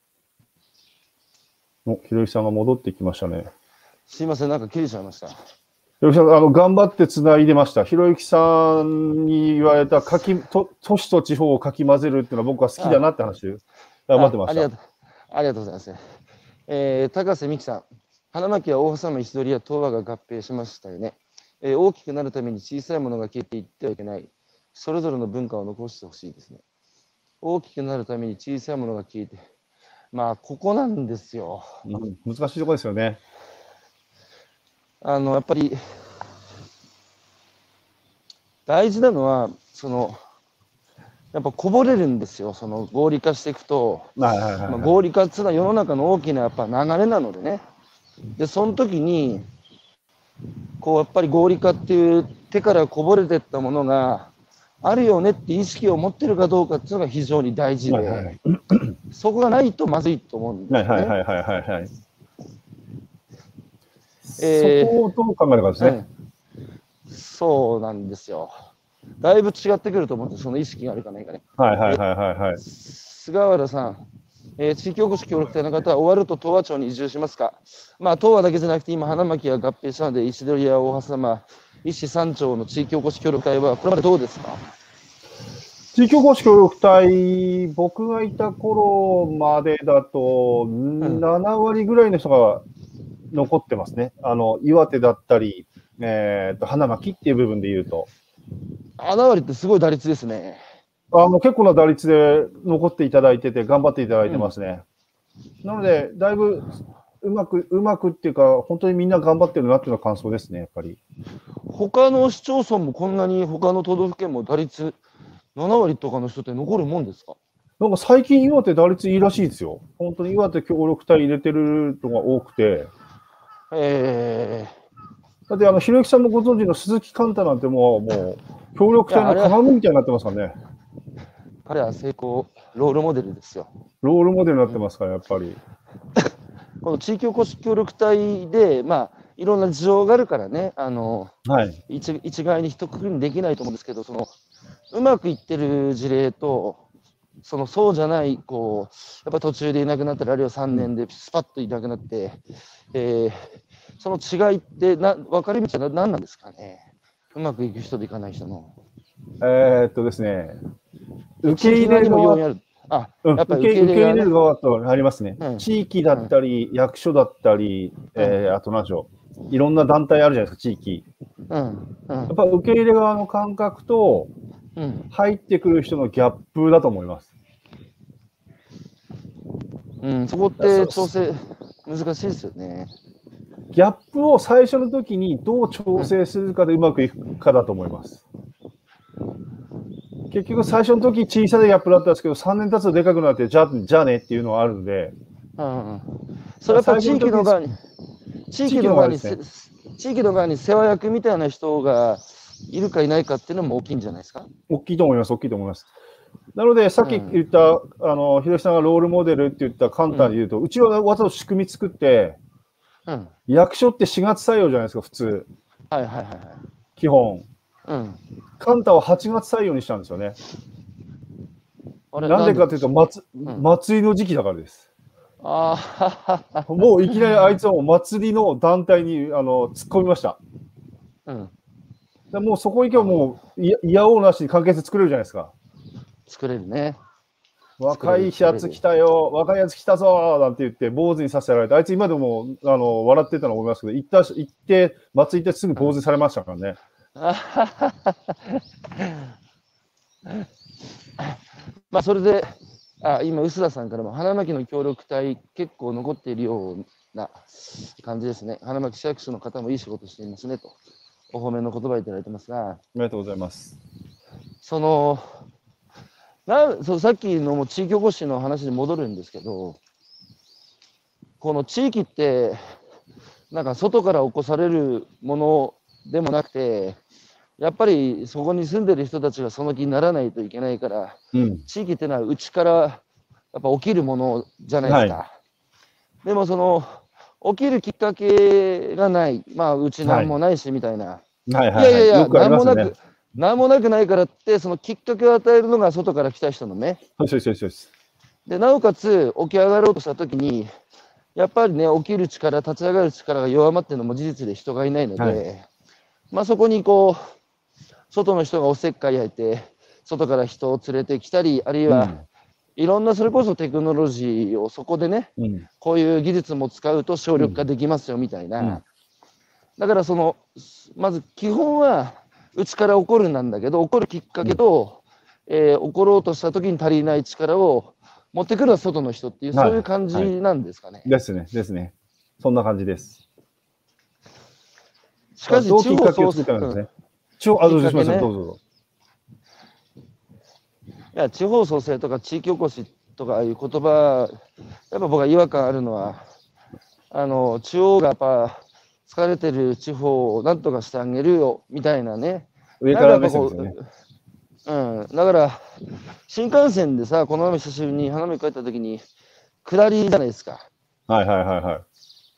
お、ひろゆきさんが戻ってきましたね。 すいません、なんか切れちゃいました。 ひろゆきさん、あの、頑張って繋いでました。ひろゆきさんに言われた、かき、と、都市と地方をかき混ぜるっていうのは僕は好きだなって話で頑張ってました。 ありがとう、ありがとうございます。えー、高瀬美希さん、花巻は大挟み石取りや東和が合併しましたよね。 えー大きくなるために小さいものが消えていってはいけない。それぞれの文化を残してほしいですね。大きくなるために小さいものが消えて、まあ、ここなんですよ。 うん、難しいところですよね。 あの、やっぱり、大事なのは、その、やっぱこぼれるんですよ。その合理化していくと、 はいはいはい、 まあ、 はい。 合理化っていうのは世の中の大きなやっぱ流れなのでね。で、その時に、こう、やっぱり合理化っていう手からこぼれていったものがあるよねって意識を持ってるかどうかっていうのが非常に大事で、 はいはいそこがないとまずいと思うんですよね。 はいはいはいはいはい。 えーそこをどう考えるかですね。 うん、そうなんですよ。だいぶ違ってくると思うんです、その意識があるかないかね。 はいはいはいはいはい。 菅原さん、えー地域おこし協力隊の方は終わると東和町に移住しますか。まあ、東和だけじゃなくて、今、花巻が合併したので、石鳥や大狭間、一市三町の地域おこし協力隊は、これまでどうですか。 地域おこし協力隊、僕がいた頃までだと、なな割ぐらいの人が残ってますね。あの、岩手だったり、えー、と花巻っていう部分で言うと。 なな割ってすごい打率ですね。 あの結構な打率で残っていただいてて、頑張っていただいてますね。うん、なので、だいぶうまく、うまくっていうか、本当にみんな頑張ってるなっていうのが感想ですね、やっぱり。 他の市町村もこんなに、他の都道府県も打率なな割とかの人って残るもんですか。 なんか最近、岩手打率いいらしいですよ。本当に岩手協力隊入れてるのが多くて。 えー、だって、あの、ひろゆきさんもご存知の鈴木貫太なんてもう、もう、協力隊の鏡みたいになってますからね。 彼は成功、ロールモデルですよ。 ロールモデルになってますから、やっぱり。 この地域おこし協力隊で、まあ、いろんな事情があるからね、あの、 はい、 一一概に一括りにできないと思うんですけど、そのうまくいってる事例と、そのそうじゃない、こう、やっぱ途中でいなくなったり、あるいはさんねんでスパッといなくなって、うん、えー、その違いってな、分かり道は何なんですかね。うまくいく人といかない人の。 えー、っとですね、受け入れる側、 あ、 うん、 やっぱり受け入れる側とありますね。 うん、 地域だったり、うん、役所だったり、うん、えー、あと何でしょう。いろんな団体あるじゃないですか、地域。 うんうん、 やっぱ受け入れ側の感覚と、入ってくる人のギャップだと思います。 うん、そこって調整難しいですよね。 ギャップを最初の時にどう調整するかでうまくいくかだと思います。うん、結局最初の時小さなギャップだったんですけど、さんねん経つとでかくなって、じゃあ、じゃあねっていうのはあるんで。 うん、それやっぱ地域の側に、地域の側に、地域の側に世話役みたいな人がいるかいないかっていうのも大きいんじゃないですか。 大きいと思います、大きいと思います。なので、さっき言った、うん、あの、ひろきさんがロールモデルって言った簡単に言うと、うん、うちはわざと仕組み作って、うん、役所ってしがつ採用じゃないですか、普通。 はいはいはいはい。 基本。うん。カンタははちがつ採用にしたんですよね。なんでかというと、祭、うん、祭りの時期だからです。あもういきなりあいつはもう祭りの団体にあの突っ込みました。うん。でもうそこ行けばもういやおうなしに関係性作れるじゃないですか。 作れるね。 若いやつ来たよ、若いやつ来たぞなんて言って坊主にさせられて、あいつ今でもあの笑ってたの思いますけど、行った行って祭り行ってすぐ坊主にされましたからね。 まあそれで、あ今、臼田さんからも花巻の協力隊、結構残っているような感じですね。花巻市役所の方もいい仕事していますねと、お褒めの言葉をいただいてますが、 ありがとうございます。 そのなそうさっきのも地域おこしの話に戻るんですけど、この地域って、なんか外から起こされるものでもなくて、やっぱりそこに住んでる人たちがその気にならないといけないから、うん、地域っていうのは内からやっぱ起きるものじゃないですか。はい、でもその起きるきっかけがない、まあうちなんもないしみたいな。はいはいはい、いやいやいや、なんもなく、なんもなくないからって、そのきっかけを与えるのが外から来た人の目。 そうですそうです。 で、なおかつ起き上がろうとしたときに、やっぱりね、起きる力、立ち上がる力が弱まってるのも事実で人がいないので、はい、まあそこにこう、外の人がおせっかい焼いて、外から人を連れてきたり、あるいは、うん、いろんなそれこそテクノロジーをそこでね、うん、こういう技術も使うと省力化できますよみたいな、うん、 だからその、まず基本は、うちから起こるなんだけど、起こるきっかけと、うん、えー、起ころうとしたときに足りない力を持ってくるのは外の人っていう、はい、そういう感じなんですかね。 はい、ですね、ですね。そんな感じです。 しかし、 どうきっかけを作ったんですね。地方、あ、どうぞ、すみません、どうぞ。 いや、地方創生とか地域おこしとかいう言葉、やっぱ僕は違和感あるのは、あの、中央がやっぱ疲れてる地方をなんとかしてあげるよ、みたいなね。 上から目線ですよね。 うん。だから、新幹線でさ、この前久しぶりに花見帰った時に、下りじゃないですか。 はいはいはいはい。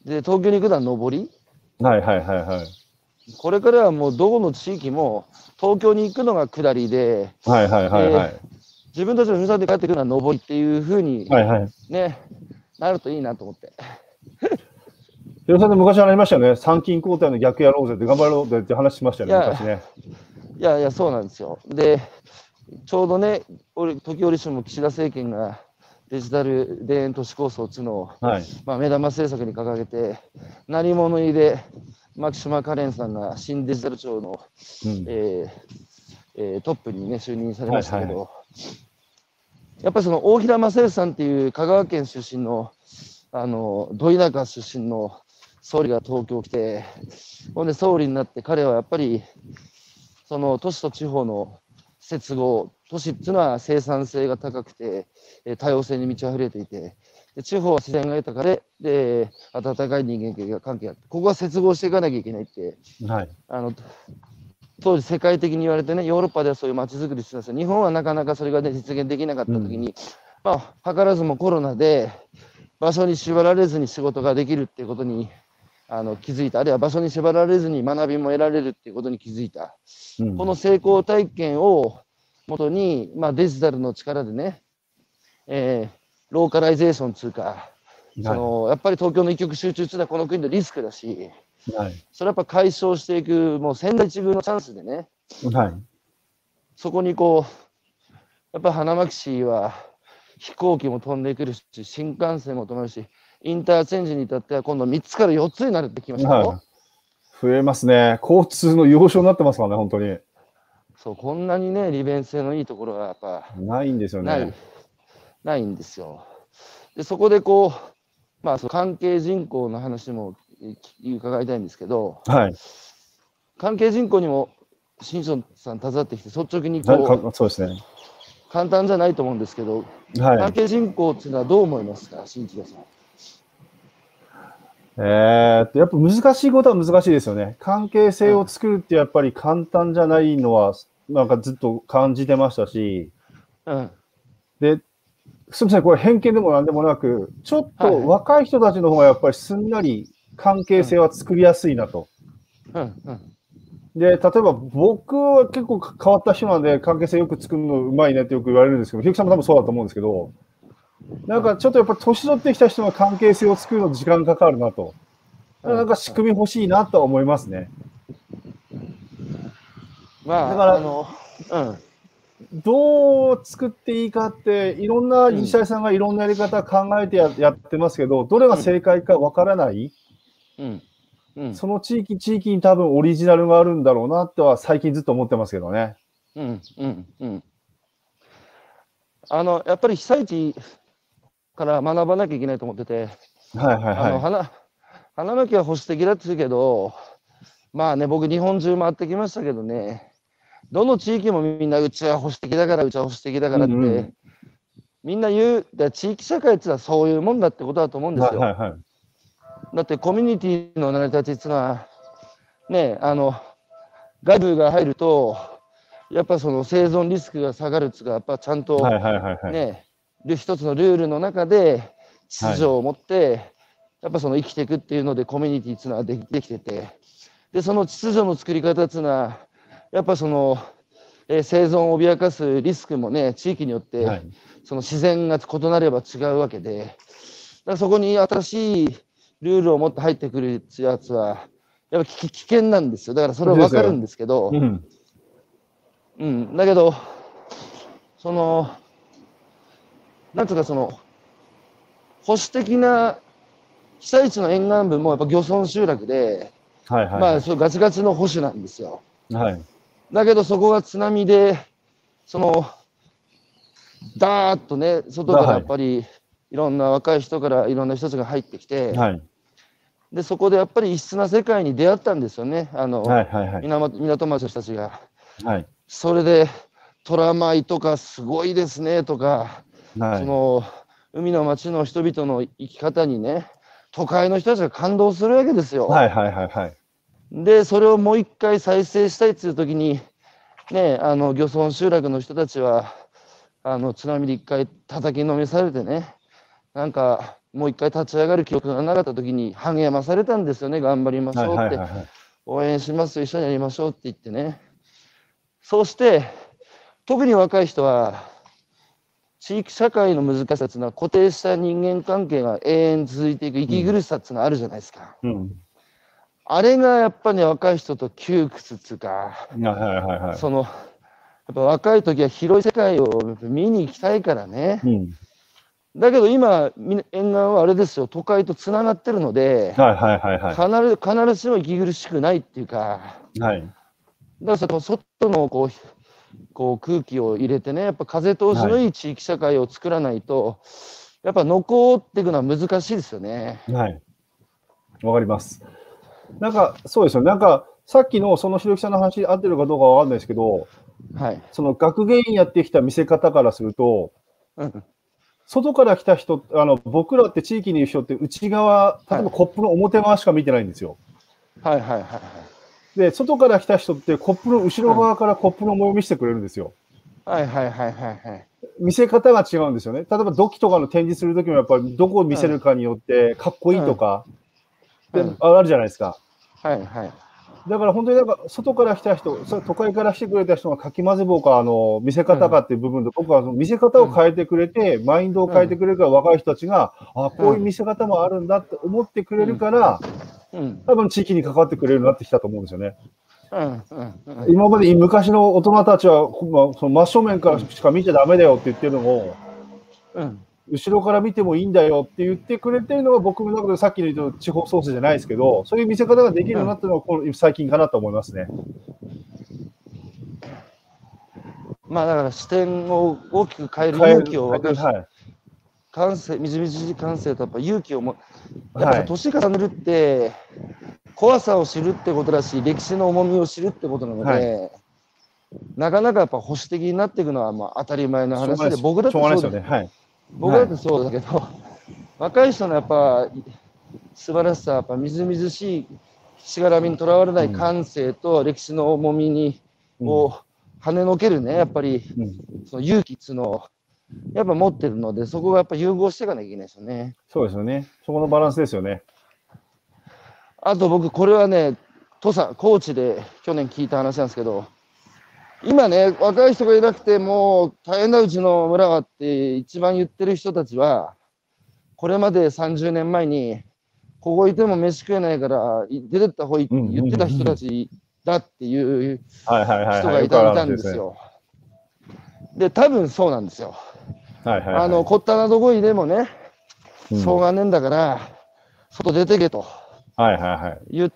で、東京に行くのは上り。 はいはいはいはい。 これからはもうどこの地域も東京に行くのが下りで、 はいはいはいはい。 自分たちのふるさとで帰ってくるのは上りっていうふうに、ね、はいはい、なるといいなと思って。 ヒロさんで昔ありましたよね。参勤交代の逆やろうぜって頑張ろうぜって話しましたよね、昔ね。 いやいや、そうなんですよ。で、ちょうどね、時折しも岸田政権がデジタル田園都市構想っていうのを、はい、まあ、目玉政策に掲げて、鳴り物入りで、牧島かれんさんが新デジタル庁の、うん、えーえー、トップにね、就任されましたけど、はいはい、やっぱりその大平正義さんっていう香川県出身の、あの、ど田舎出身の総理が東京来て、ほんで総理になって彼はやっぱり、その都市と地方の接合、都市っていうのは生産性が高くて、多様性に満ち溢れていて、で地方は自然が豊かで、で、温かい人間関係があって、ここは接合していかなきゃいけないって、はい、あの当時世界的に言われてね、ヨーロッパではそういう街づくりしてたんですよ。日本はなかなかそれが、ね、実現できなかったときに、うん、まあ、図らずもコロナで場所に縛られずに仕事ができるっていうことにあの気づいた、あるいは場所に縛られずに学びも得られるっていうことに気づいた。うん、この成功体験をもとに、まあ、デジタルの力でね、えー、ローカライゼーションというか、はい、そのやっぱり東京の一極集中っていうのはこの国のリスクだし、はい、それはやっぱ解消していく、もう千載一遇のチャンスでね、はい、そこにこう、やっぱ花巻市は飛行機も飛んでくるし、新幹線も止まるし、インターチェンジに至っては今度みっつからよっつになるってきましたよ、はい。 増えますね。交通の要衝になってますからね、本当に。 そう、こんなにね、利便性のいいところはやっぱないんですよね。 ない、ないんですよ。で、そこでこう、まあ、その関係人口の話も伺いたいんですけど、はい、関係人口にも新庄さん携わってきて、率直にこう、そうですね、 簡単じゃないと思うんですけど、はい、関係人口っていうのはどう思いますか、新庄さん。 えーっと、やっぱ難しいことは難しいですよね。関係性を作るってやっぱり簡単じゃないのは、なんかずっと感じてましたし、うん、で、すみません、これ偏見でもなんでもなく、ちょっと若い人たちの方がやっぱりすんなり関係性は作りやすいなと。うんうん、で、例えば僕は結構変わった人なんで関係性よく作るのうまいねってよく言われるんですけど、ひろきさんも多分そうだと思うんですけど、なんかちょっとやっぱ年取ってきた人の関係性を作るの時間かかるなと。なんか仕組み欲しいなとは思いますね。 まあ、だから、あの、うん。 どう作っていいかって、いろんな自治体さんがいろんなやり方考えて や,、やってますけど、どれが正解かわからない、うんうん、その地域、地域に多分オリジナルがあるんだろうなとは最近ずっと思ってますけどね。 うんうんうん、あのやっぱり被災地から学ばなきゃいけないと思ってて、はいはいはい、あの花花巻は保守的だって言うけど、まあね、僕、日本中回ってきましたけどね。どの地域もみんなうちは保守的だからうちは保守的だからって、うんうん、みんな言う、だ地域社会ってのはそういうもんだってことだと思うんですよ。はいはいはい、だってコミュニティの成り立ちっていうのはね、あの外部が入るとやっぱその生存リスクが下がるっていうか、やっぱちゃんとね、はいはいはいはい、一つのルールの中で秩序を持って、はい、やっぱその生きていくっていうのでコミュニティっていうのはできてて、でその秩序の作り方っていうのはやっぱその、えー、生存を脅かすリスクもね、地域によって、はい、その自然が異なれば違うわけで、だからそこに新しいルールを持って入ってくるやつは、やっぱ危険なんですよ。だからそれは分かるんですけど、うん、うん、だけど、その、なんつうかその、保守的な被災地の沿岸部もやっぱ漁村集落で、 はいはいはい。 まあ、そうガチガチの保守なんですよ。 はい。 だけどそこが津波で、その、ダーッとね、外からやっぱり、いろんな若い人からいろんな人たちが入ってきて、 はい。 で、そこでやっぱり異質な世界に出会ったんですよね。あの、 はいはいはい。 港港町の人たちが。 はい。 それで、トラマイとかすごいですねとか、 はい。 その、海の町の人々の生き方にね、都会の人たちが感動するわけですよ。 はいはいはいはい。 で、それをもう一回再生したいっていう時に、ね、あの、漁村集落の人たちは、あの、津波で一回叩きのめされてね、なんか、もう一回立ち上がる記憶がなかった時に励まされたんですよね。頑張りましはいょうって。 はいはいはい。 応援します。一緒にやりましょうって言ってね。そうして、特に若い人は、地域社会の難しさっていうのは固定した人間関係が永遠に続いていく息苦しさっていうのがあるじゃないですか。 うん。 あれがやっぱり、ね、若い人と窮屈っていうか、 はいはいはいはい。 その、やっぱ若い時は広い世界を見に行きたいからね。 うん。 だけど今、み沿岸はあれですよ、都会とつながってるので、 はいはいはいはい。 必ず必ずしも息苦しくないっていうか、 はい。 だからその外のこうこう空気を入れてね、やっぱ風通しのいい地域社会を作らないと、やっぱ残っていくのは難しいですよね。 はい。わかります。なんか、そうですよ。なんか、さっきのそのひろきさんの話合ってるかどうかわかんないですけど、 はい。 その学芸員やってきた見せ方からすると、 うん外から来た人、あの、僕らって地域にいる人って内側、例えばコップの表側しか見てないんですよ。 はいはいはいはい。 で、外から来た人ってコップの後ろ側からコップの模様を見せてくれるんですよ。 はいはいはいはいはい。 見せ方が違うんですよね。例えば土器とかの展示するときもやっぱりどこを見せるかによってかっこいいとか、でうんあるじゃないですか。 はいはい。 だから本当になんか外から来た人、それ都会から来てくれた人がかき混ぜ棒か、あの、見せ方かっていう部分で、僕はその見せ方を変えてくれて、マインドを変えてくれるから若い人たちが、あ、こういう見せ方もあるんだって思ってくれるから、 うん多分地域に関わってくれるようになってきたと思うんですよね。 うんうんうん今まで昔の大人たちは、まあその真正面からしか見ちゃダメだよって言ってるのも、 うん後ろから見てもいいんだよって言ってくれてるのが僕の中でさっきの言った地方創生じゃないですけど、そういう見せ方ができるようになったのはこの最近かなと思いますね。 まあだから視点を大きく変える変える勇気を若い人、 はい。 感性、みずみずしい感性とやっぱ勇気をも、やっぱはい。 年重ねるって、怖さを知るってことだし、歴史の重みを知るってことなので、 はいなかなかやっぱ保守的になっていくのはまあ当たり前の話で、僕だってそうだ、 しょうがないですよね。はい。 僕だってそうだけど、若い人のやっぱ素晴らしさはやっぱみずみずしいしがらみにとらわれない感性と歴史の重みに、 うんを跳ねのけるね、やっぱりうんその勇気っていうのをやっぱ持ってるので、そこがやっぱ融合していかなきゃいけないですよね。 そうですよね。そこのバランスですよね。 あと僕、これはね、土佐、高知で去年聞いた話なんですけど、今ね、若い人がいなくてもう大変なうちの村はって一番言ってる人たちは、これまでさんじゅうねんまえに、ここいても飯食えないから出てった方がいいって言ってた人たちだっていうはいはいはいはい。 人がいたいたんですよ。で、多分そうなんですよ。 はいはいはい。 あの、こったなどこいでもね、 うんしょうがねえんだから、外出てけとはいはいはい。 言って、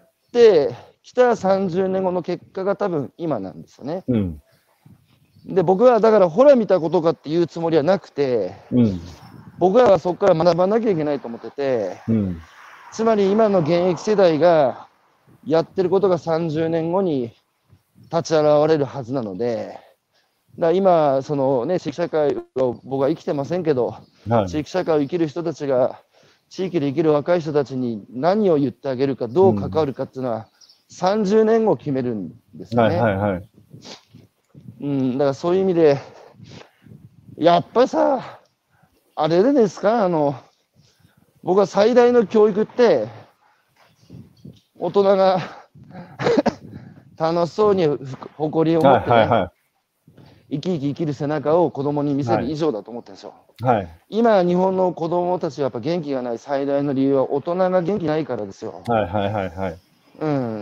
来たさんじゅうねんごの結果が多分今なんですよね。 うん。 で、僕はだからほら見たことかっていうつもりはなくて、 うん。 僕らはそこから学ばなきゃいけないと思ってて、 うん。 つまり今の現役世代がやってることがさんじゅうねんごに立ち現れるはずなので、だから今、そのね、地域社会を僕は生きてませんけど、 はい。 地域社会を生きる人たちが、地域で生きる若い人たちに何を言ってあげるか、どう関わるかっていうのは、さんじゅうねんご決めるんですよはいね。 はいはい。 うん、だからそういう意味で、やっぱりさ、あれでですか、あの、僕は最大の教育って、大人が楽しそうに誇りを持ってね、 はいはいは生き生き生きる背中を子供に見せる以上だと思ってるんですよ。 い。はい。 今、日本の子供たちはやっぱ元気がない最大の理由は大人が元気ないからですよ。 はいはいはいはい。 うん。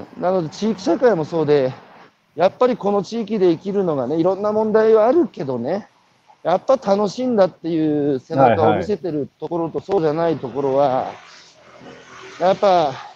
なので地域社会もそうで、やっぱりこの地域で生きるのがね、いろんな問題はあるけどね、やっぱ楽しいんだっていう背中を見せてるところとそうじゃないところは、やっぱ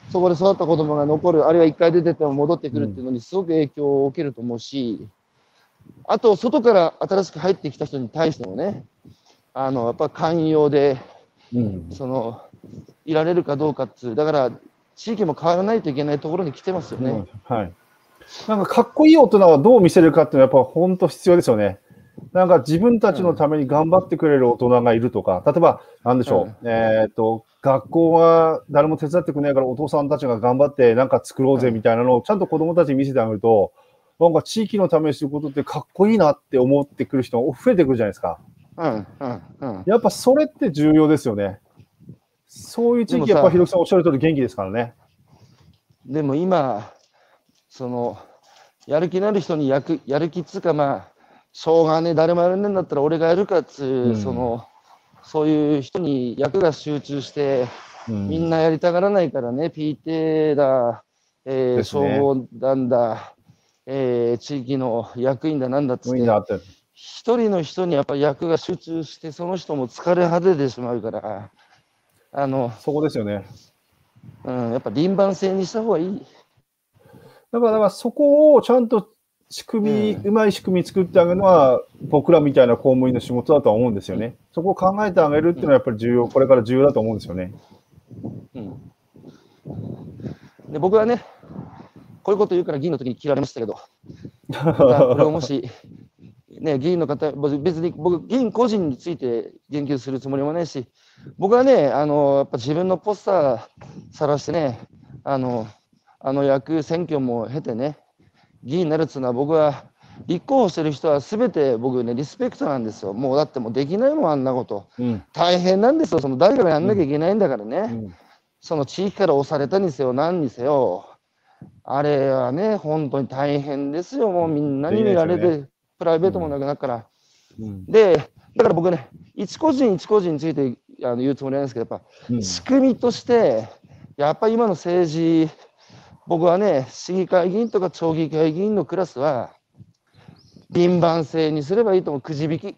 そこで育った子供が残る、あるいは一回出てっても戻ってくるっていうのにすごく影響を受けると思うし、あと、外から新しく入ってきた人に対してもね、あの、やっぱ寛容で、 うん、 その、いられるかどうかっていう、だから、地域も変わらないといけないところに来てますよね。 うん、はい。なんかかっこいい大人はどう見せるかっていうのはやっぱ本当必要ですよね。なんか自分たちのために頑張ってくれる大人がいるとか、例えば、なんでしょう、うん、えっと、学校は誰も手伝ってくれないからお父さんたちが頑張ってなんか作ろうぜみたいなのをちゃんと子供たちに見せてあげると、なんか地域のためにすることってかっこいいなって思ってくる人が増えてくるじゃないですか。 うんうんうん、 やっぱそれって重要ですよね。そういう地域、やっぱひろきさんおっしゃる通り元気ですからね。 でも今、その、やる気のある人にやくやる気っつうか、まあ、しょうがねえ、誰もやるんだったら俺がやるかっつう、うん、その、そういう人に役が集中して、うん、みんなやりたがらないからね、ピーティー だ、えーね、消防団だ、えー、地域の役員だなんだっつって、一人の人にやっぱり役が集中して、その人も疲れ果ててしまうから、あの、 そこですよね。 うん、やっぱ輪番制にした方がいい。 だから、だからそこをちゃんと仕組み、うん、うまい仕組み作ってあげるのは、僕らみたいな公務員の仕事だとは思うんですよね。そこを考えてあげるっていうのはやっぱり重要、これから重要だと思うんですよね。 うん、で僕はね、こういうこと言うから議員の時に切られましたけど、またこれをもし、ね、議員の方、別に僕、議員個人について言及するつもりもないし、僕はね、あのやっぱ自分のポスターさらしてね、あの、あの役選挙も経てね、議員になるっていうのは、僕は立候補してる人はすべて僕ね、リスペクトなんですよ。もうだってもうできないもん、あんなこと。うん、大変なんですよ。その誰かがやんなきゃいけないんだからね。うん、その地域から押されたにせよ、何にせよ。あれはね、本当に大変ですよ。もうみんなに見られて、ね、プライベートもなくなるから。うん、で、だから僕ね、一個人一個人についてあの言うつもりなんですけど、やっぱ、うん、仕組みとして、やっぱり今の政治、僕はね、市議会議員とか町議会議員のクラスは、輪番制にすればいいと思う、くじ引き。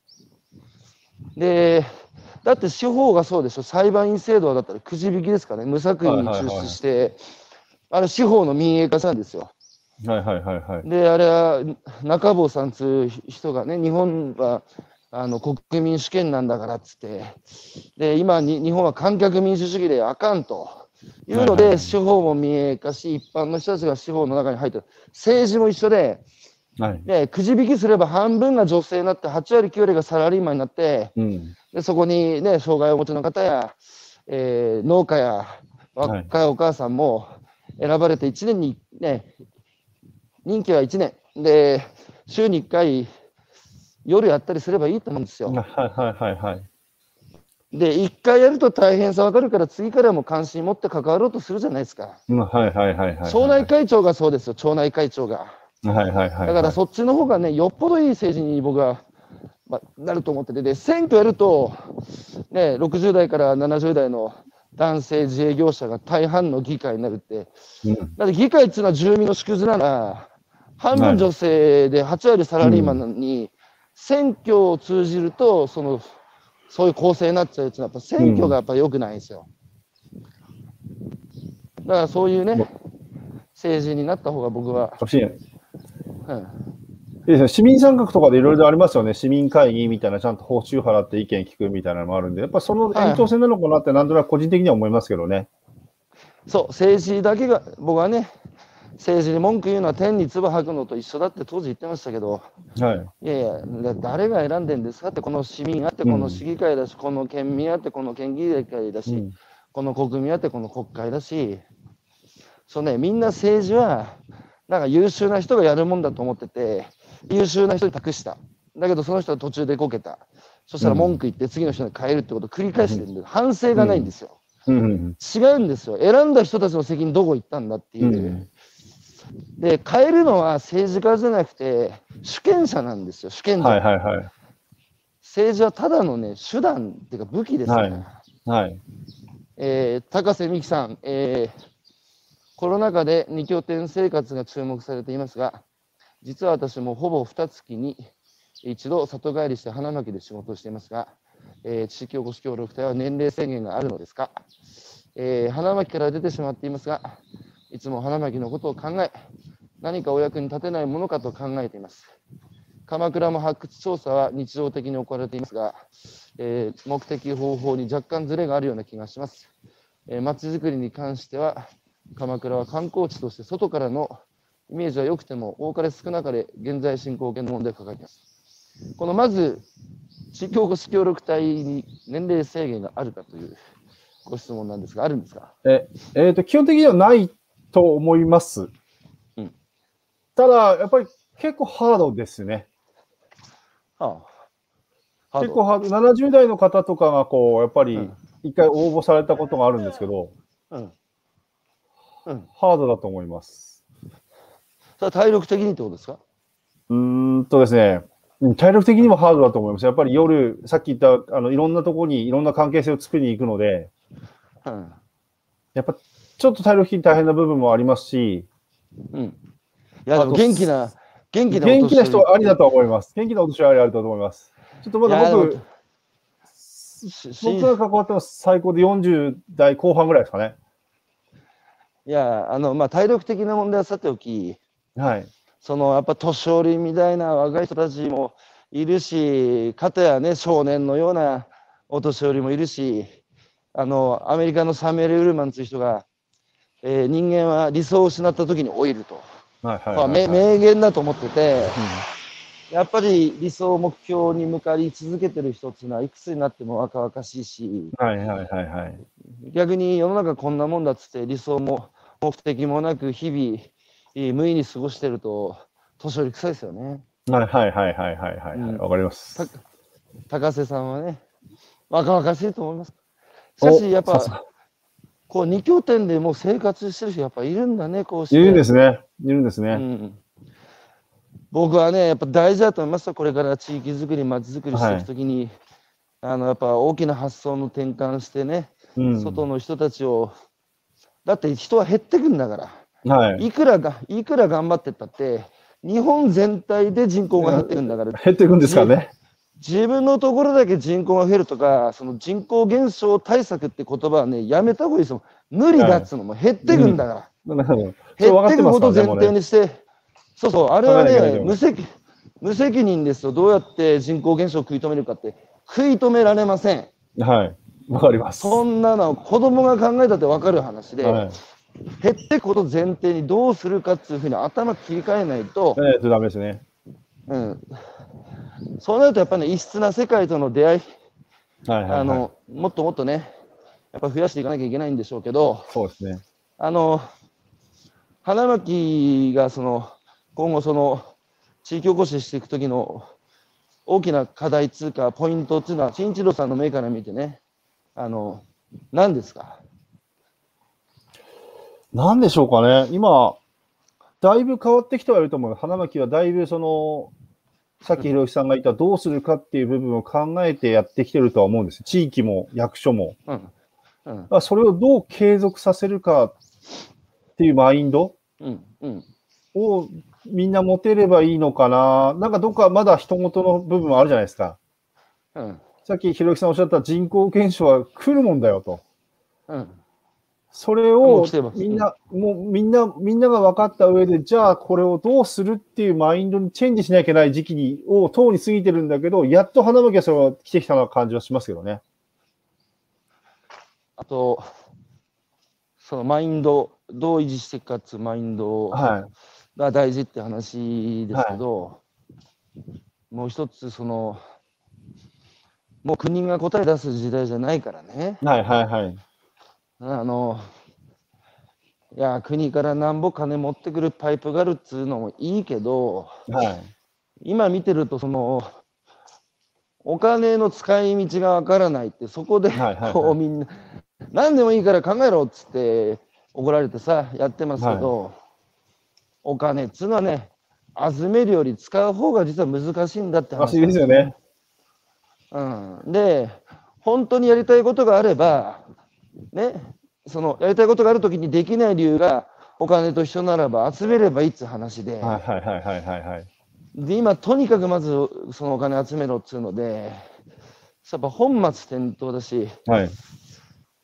で、だって司法がそうでしょ、裁判員制度だったらくじ引きですからね、無作為に抽出して、はいはいはい、あれ、司法の民営化なんですよ。 はいはいはいはい。 で、あれは中坊さんつう人がね、日本はあの国民主権なんだからっつって、で、今に、日本は観客民主主義であかんと。いうので、司法も民営化し、一般の人たちが司法の中に入ってる。政治も一緒で、はい、でくじ引きすれば半分が女性になって、はちわりきゅうわりがサラリーマンになって、うん、でそこに、ね、障害をお持ちの方や、えー、農家や若いお母さんも選ばれていちねんに、ね、任期はいちねんで、週にいっかい夜やったりすればいいと思うんですよ。 はいはいはいはい。 で、一回やると大変さ分かるから、次からも関心持って関わろうとするじゃないですか。 はいはいはいはい。 町内会長がそうですよ、町内会長が。 はいはいはい。 だからそっちの方がね、よっぽどいい政治に僕は、まあ、なると思ってて、で、選挙やると、ね、ろくじゅうだいからななじゅうだいの男性自営業者が大半の議会になるって、うん、だって議会っていうのは住民の縮図なら、半分女性ではちわりサラリーマンなのに、うん、選挙を通じると、その、そういう構成になっちゃうっていうのは、やっぱ選挙がやっぱ良くないんですよ。だからそういうね、政治になった方が僕は。 欲しいね。うん、いいですね。市民参画とかでいろいろありますよね。市民会議みたいな、ちゃんと報酬払って意見聞くみたいなのもあるんで、やっぱその延長線なのかなって、なんとなく個人的には思いますけどね。 そう、政治だけが、僕はね、政治に文句言うのは天に唾吐くのと一緒だって当時言ってましたけど、はい、いやいや、誰が選んでんですかって、この市民あって、この市議会だし、うん、この県民あって、この県議会だし、うん、この国民あって、この国会だし、そうね、みんな政治は、なんか優秀な人がやるもんだと思ってて、優秀な人に託した。だけどその人は途中でこけた。そしたら文句言って次の人に変えるってことを繰り返してるんで、反省がないんですよ。うんうん、違うんですよ。選んだ人たちの責任どこ行ったんだっていう。うんで、変えるのは政治家じゃなくて、主権者なんですよ、主権者。はいはいはい、政治はただのね、手段っていうか武器ですから。はいはい、えー、高瀬美樹さん、えー、コロナ禍で二拠点生活が注目されていますが、実は私もほぼ二月に一度里帰りして花巻で仕事をしていますが、えー、地域おこし協力隊は年齢制限があるのですか？ えー花巻から出てしまっていますが、いつも花巻のことを考え、何かお役に立てないものかと考えています。鎌倉も発掘調査は日常的に行われていますが、えー目的方法に若干ずれがあるような気がします。えー、街づくりに関しては、鎌倉は観光地として外からのイメージは良くても、多かれ少なかれ現在進行形の問題を抱えています。このまず、地域おこし協力隊に年齢制限があるかというご質問なんですが、あるんですか？ え、えーと、基本的にはないと思います。 うん、 ただ、やっぱり結構ハードですね。 はあ、 結構ハード。ななじゅう代の方とかが、こう、やっぱりうん一回応募されたことがあるんですけど、 うんうん、 ハードだと思います。 それは体力的にってことですか？ うーんとですね、体力的にもハードだと思います。やっぱり夜、さっき言ったあのいろんなところにいろんな関係性を作りに行くので、 うん、 やっぱちょっと体力的に大変な部分もありますし、 うん。いや、でも元気な、元気な元気な人はありだと思います。元気なお年寄りはありだと思います。ちょっとまだ僕、僕が関わったのは最高でよんじゅう代後半ぐらいですかね。 いや、あの、まあ、体力的な問題はさておき、 はい。 その、やっぱ年寄りみたいな若い人たちもいるし、かたやね、少年のようなお年寄りもいるし、あの、アメリカのサミュエル・ウルマンという人が、えー人間は理想を失った時に老いると。 はいはいはい、はい名名言だと思ってて、うん、やっぱり理想目標に向かい続けてる人っていうのはいくつになっても若々しいし、 はいはいはいはい。 逆に世の中こんなもんだっつって理想も目的もなく日々無意に過ごしてると年寄り臭いですよね。 はいはいはいはいはいはい、うん、わかります。 高瀬さんはね、若々しいと思います。しかしやっぱこう二拠点でもう生活してる人やっぱいるんだね、こうして。 いるんですね。いるんですね。うん、 僕はね、やっぱ大事だと思いますよ。これから地域づくり、町づくりしていくときに、はい、あのやっぱ大きな発想の転換してね、うん、外の人たちを、だって人は減ってくんだから、はい、いくらがいくら頑張ってったって、日本全体で人口が減ってくんだから。 減っていくんですかね。 自分のところだけ人口が減るとか、その人口減少対策って言葉はね、やめた方がいいですよ。無理だっつうのも減ってくんだから。うん、減ってくことを前提にして、ね、そうそう、あれはね無責、無責任ですよ。どうやって人口減少を食い止めるかって、食い止められません。 はい。わかります。 そんなの子供が考えたって分かる話で、はい、減ってくこと前提にどうするかっていうふうに頭切り替えないと。 えーとダメですね。 うん。そうなるとやっぱりね、異質な世界との出会い、はいはいはい、あのもっともっとね、やっぱ増やしていかなきゃいけないんでしょうけど、 そうですね。 あの花巻がその今後その地域おこししていくときの大きな課題つうかポイントっていうのは、新一郎さんの目から見てね、あの何ですか？ 何でしょうかね。今だいぶ変わってきてはいると思う。花巻はだいぶそのさっきひろゆきさんが言ったどうするかっていう部分を考えてやってきてるとは思うんです。地域も役所も。うんうん、それをどう継続させるかっていうマインドをみんな持てればいいのかな。なんかどっかまだ人事の部分もあるじゃないですか。うん、さっきひろゆきさんおっしゃった人口減少は来るもんだよと。うん、それをみんな、もうみんな、みんなが分かった上で、じゃあこれをどうするっていうマインドにチェンジしなきゃいけない時期にをとうに過ぎてるんだけど、やっと花巻はそれが来てきたような感じはしますけどね。 あと、そのマインド、どう維持していくかっていうマインドが大事って話ですけど、はい、もう一つ、その、もう国が答え出す時代じゃないからね。 はいはいはい。 あの、いや、国からなんぼ金持ってくるパイプがあるっつうのもいいけど、はい、今見てると、その、お金の使い道がわからないって、そこで、こうみんな、何でもいいから考えろっつって怒られてさ、やってますけど、はい、お金っつうのはね、集めるより使う方が実は難しいんだって話。 難しいですよね。 うん。で、本当にやりたいことがあれば、ね、そのやりたいことがあるときにできない理由がお金と一緒ならば集めればいいって話で、 はいはいはいはいはいはい。 で今とにかくまずそのお金集めろっつうので、やっぱ本末転倒だし、はい、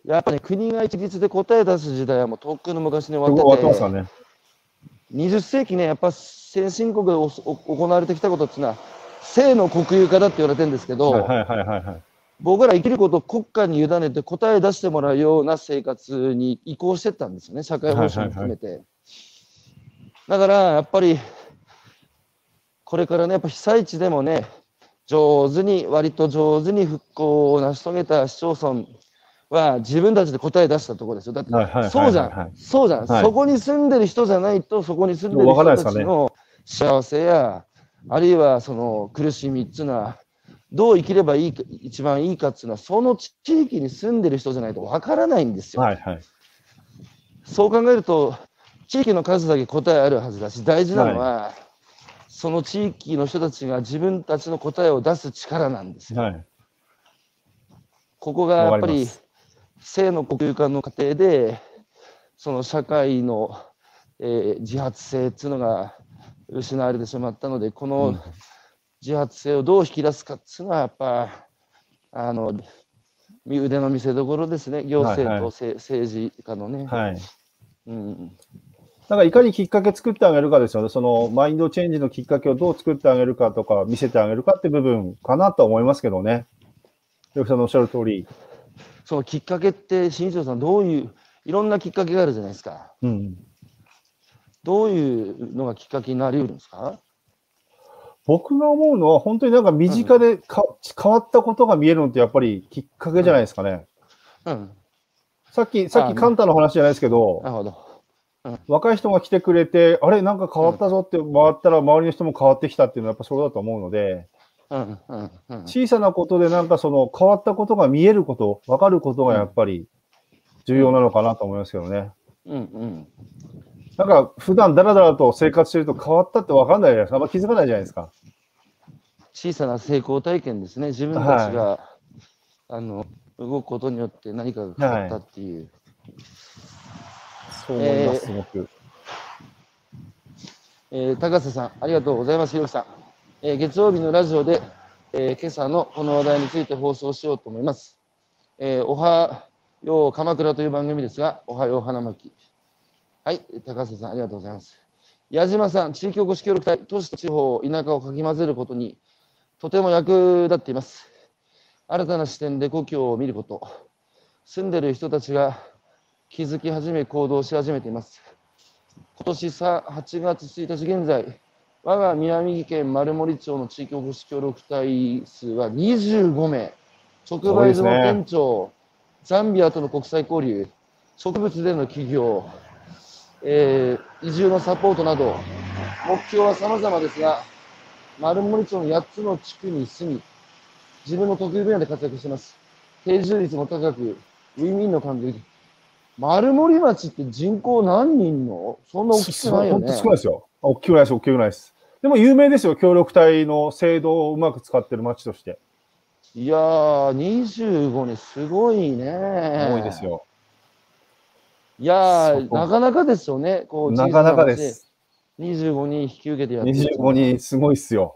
やっぱり、ね、国が一律で答え出す時代はもうとっくの昔に終終わってて、 わってますからね。 にじゅっ世紀ね、やっぱ先進国でおお行われてきたことっていうのは、性の国有化だって言われてるんですけど、 はいはいはいはいはい。 僕ら生きることを国家に委ねて答え出してもらうような生活に移行してったんですよね、社会保障も含めて。だからやっぱり、これからね、やっぱ被災地でもね、上手に、割と上手に復興を成し遂げた市町村は自分たちで答え出したところですよ。だってはいはいはいはいそうじゃん、そうじゃん、 はいそこに住んでる人じゃないと、そこに住んでるわかんない人ですかね。 たちの幸せや、あるいはその苦しみっていうのは、どう生きればいいか、一番いいかっていうのは、その地域に住んでる人じゃないとわからないんですよ。 はいはい。 そう考えると、地域の数だけ答えあるはずだし、大事なのは、その地域の人たちが自分たちの答えを出す力なんですよ。 はい。 ここがやっぱりわかります性の国有化の過程で、その社会の、えー自発性っていうのが失われてしまったので、こうのん自発性をどう引き出すかっていうのは、やっぱ、あの、腕の見せ所ですね、行政とせ、政治家のね。 はい。 うん、 だからいかにきっかけ作ってあげるかですよね。そのマインドチェンジのきっかけをどう作ってあげるかとか、見せてあげるかって部分かなと思いますけどね。よくさんのおっしゃる通り。 そのきっかけって、新庄さん、どういう、いろんなきっかけがあるじゃないですか。 うん。 どういうのがきっかけになりうるんですか？ 僕が思うのは、本当になんか身近でか、うん、変わったことが見えるのってやっぱりきっかけじゃないですかね。うん。うん、さっき、さっきカンタの話じゃないですけど、 なるほど。 うん、若い人が来てくれて、あれ、なんか変わったぞって回ったら、周りの人も変わってきたっていうのはやっぱそうだと思うので、うんうんうん、小さなことでなんかその変わったことが見えること、分かることがやっぱり重要なのかなと思いますけどね。うんうん、なんか普段だらだらと生活してると変わったって分かんないじゃないですか。あんま気づかないじゃないですか。 小さな成功体験ですね。自分たちが、はい、あの動くことによって何かが変わったっていう。はい、 そう思います、すごく。 えー、高瀬さん、ありがとうございます、ひろきさん。えー、月曜日のラジオで、えー、今朝のこの話題について放送しようと思います。えー、おはよう鎌倉という番組ですが、おはよう花巻。はい、高瀬さん、ありがとうございます。矢島さん、地域おこし協力隊、都市と地方、田舎をかき混ぜることにとても役立っています。新たな視点で故郷を見ること、住んでいる人たちが気づき始め、行動し始めています。今年さはちがつついたち現在、我が宮城県丸森町の地域おこし協力隊数はにじゅうごめい、直売所の店長、ね、ザンビアとの国際交流、植物での企業、えー、移住のサポートなど、目標は様々ですが、丸森町のやっつの地区に住み、自分の得意分野で活躍しています。定住率も高く、ウィンウィンの関係。丸森町って人口何人の？そんな大きくないよね。 本当少ないですよ。大きくないです、大きくないです。でも有名ですよ、協力隊の制度をうまく使ってる町として。 いやー、にじゅうごにん、すごいね。 多いですよ。 いやー、なかなかですよね。 こうなかなかです。 にじゅうごにん引き受けてやってる。 にじゅうごにん、すごいっすよ。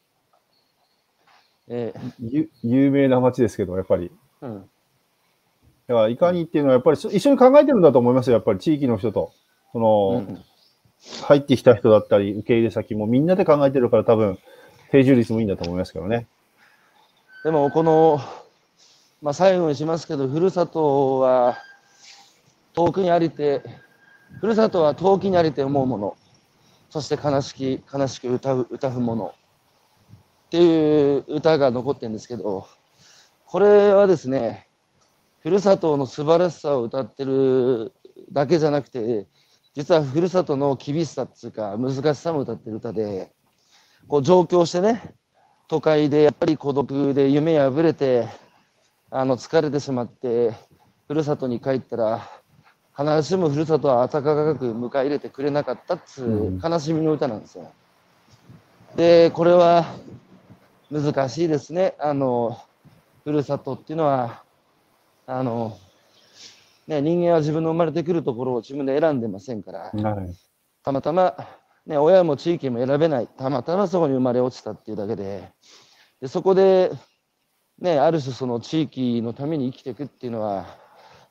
えー、有名な町ですけど、やっぱり。うん、だからいかにっていうのは、やっぱり一緒に考えてるんだと思いますよ、やっぱり地域の人と。その、うん、入ってきた人だったり、受け入れ先もみんなで考えてるから、多分定住率もいいんだと思いますけどね。 でも、この、まあ、最後にしますけど、ふるさとは遠くにありて、ふるさとは遠きにありて思うもの、そして悲しき、悲しく歌う、歌うものっていう歌が残ってるんですけど、これはですね、ふるさとの素晴らしさを歌ってるだけじゃなくて、実はふるさとの厳しさっていうか難しさも歌ってる歌で、こう上京してね、都会でやっぱり孤独で夢破れて、あの疲れてしまって、ふるさとに帰ったら、必ずしもふるさとは温かく迎え入れてくれなかったっつう悲しみの歌なんですよ。で、これは難しいですね。あの、ふるさとっていうのは、あの、ね、人間は自分の生まれてくるところを自分で選んでませんから、はい、たまたま、ね、親も地域も選べない、たまたまそこに生まれ落ちたっていうだけで、でそこで、ね、ある種その地域のために生きていくっていうのは、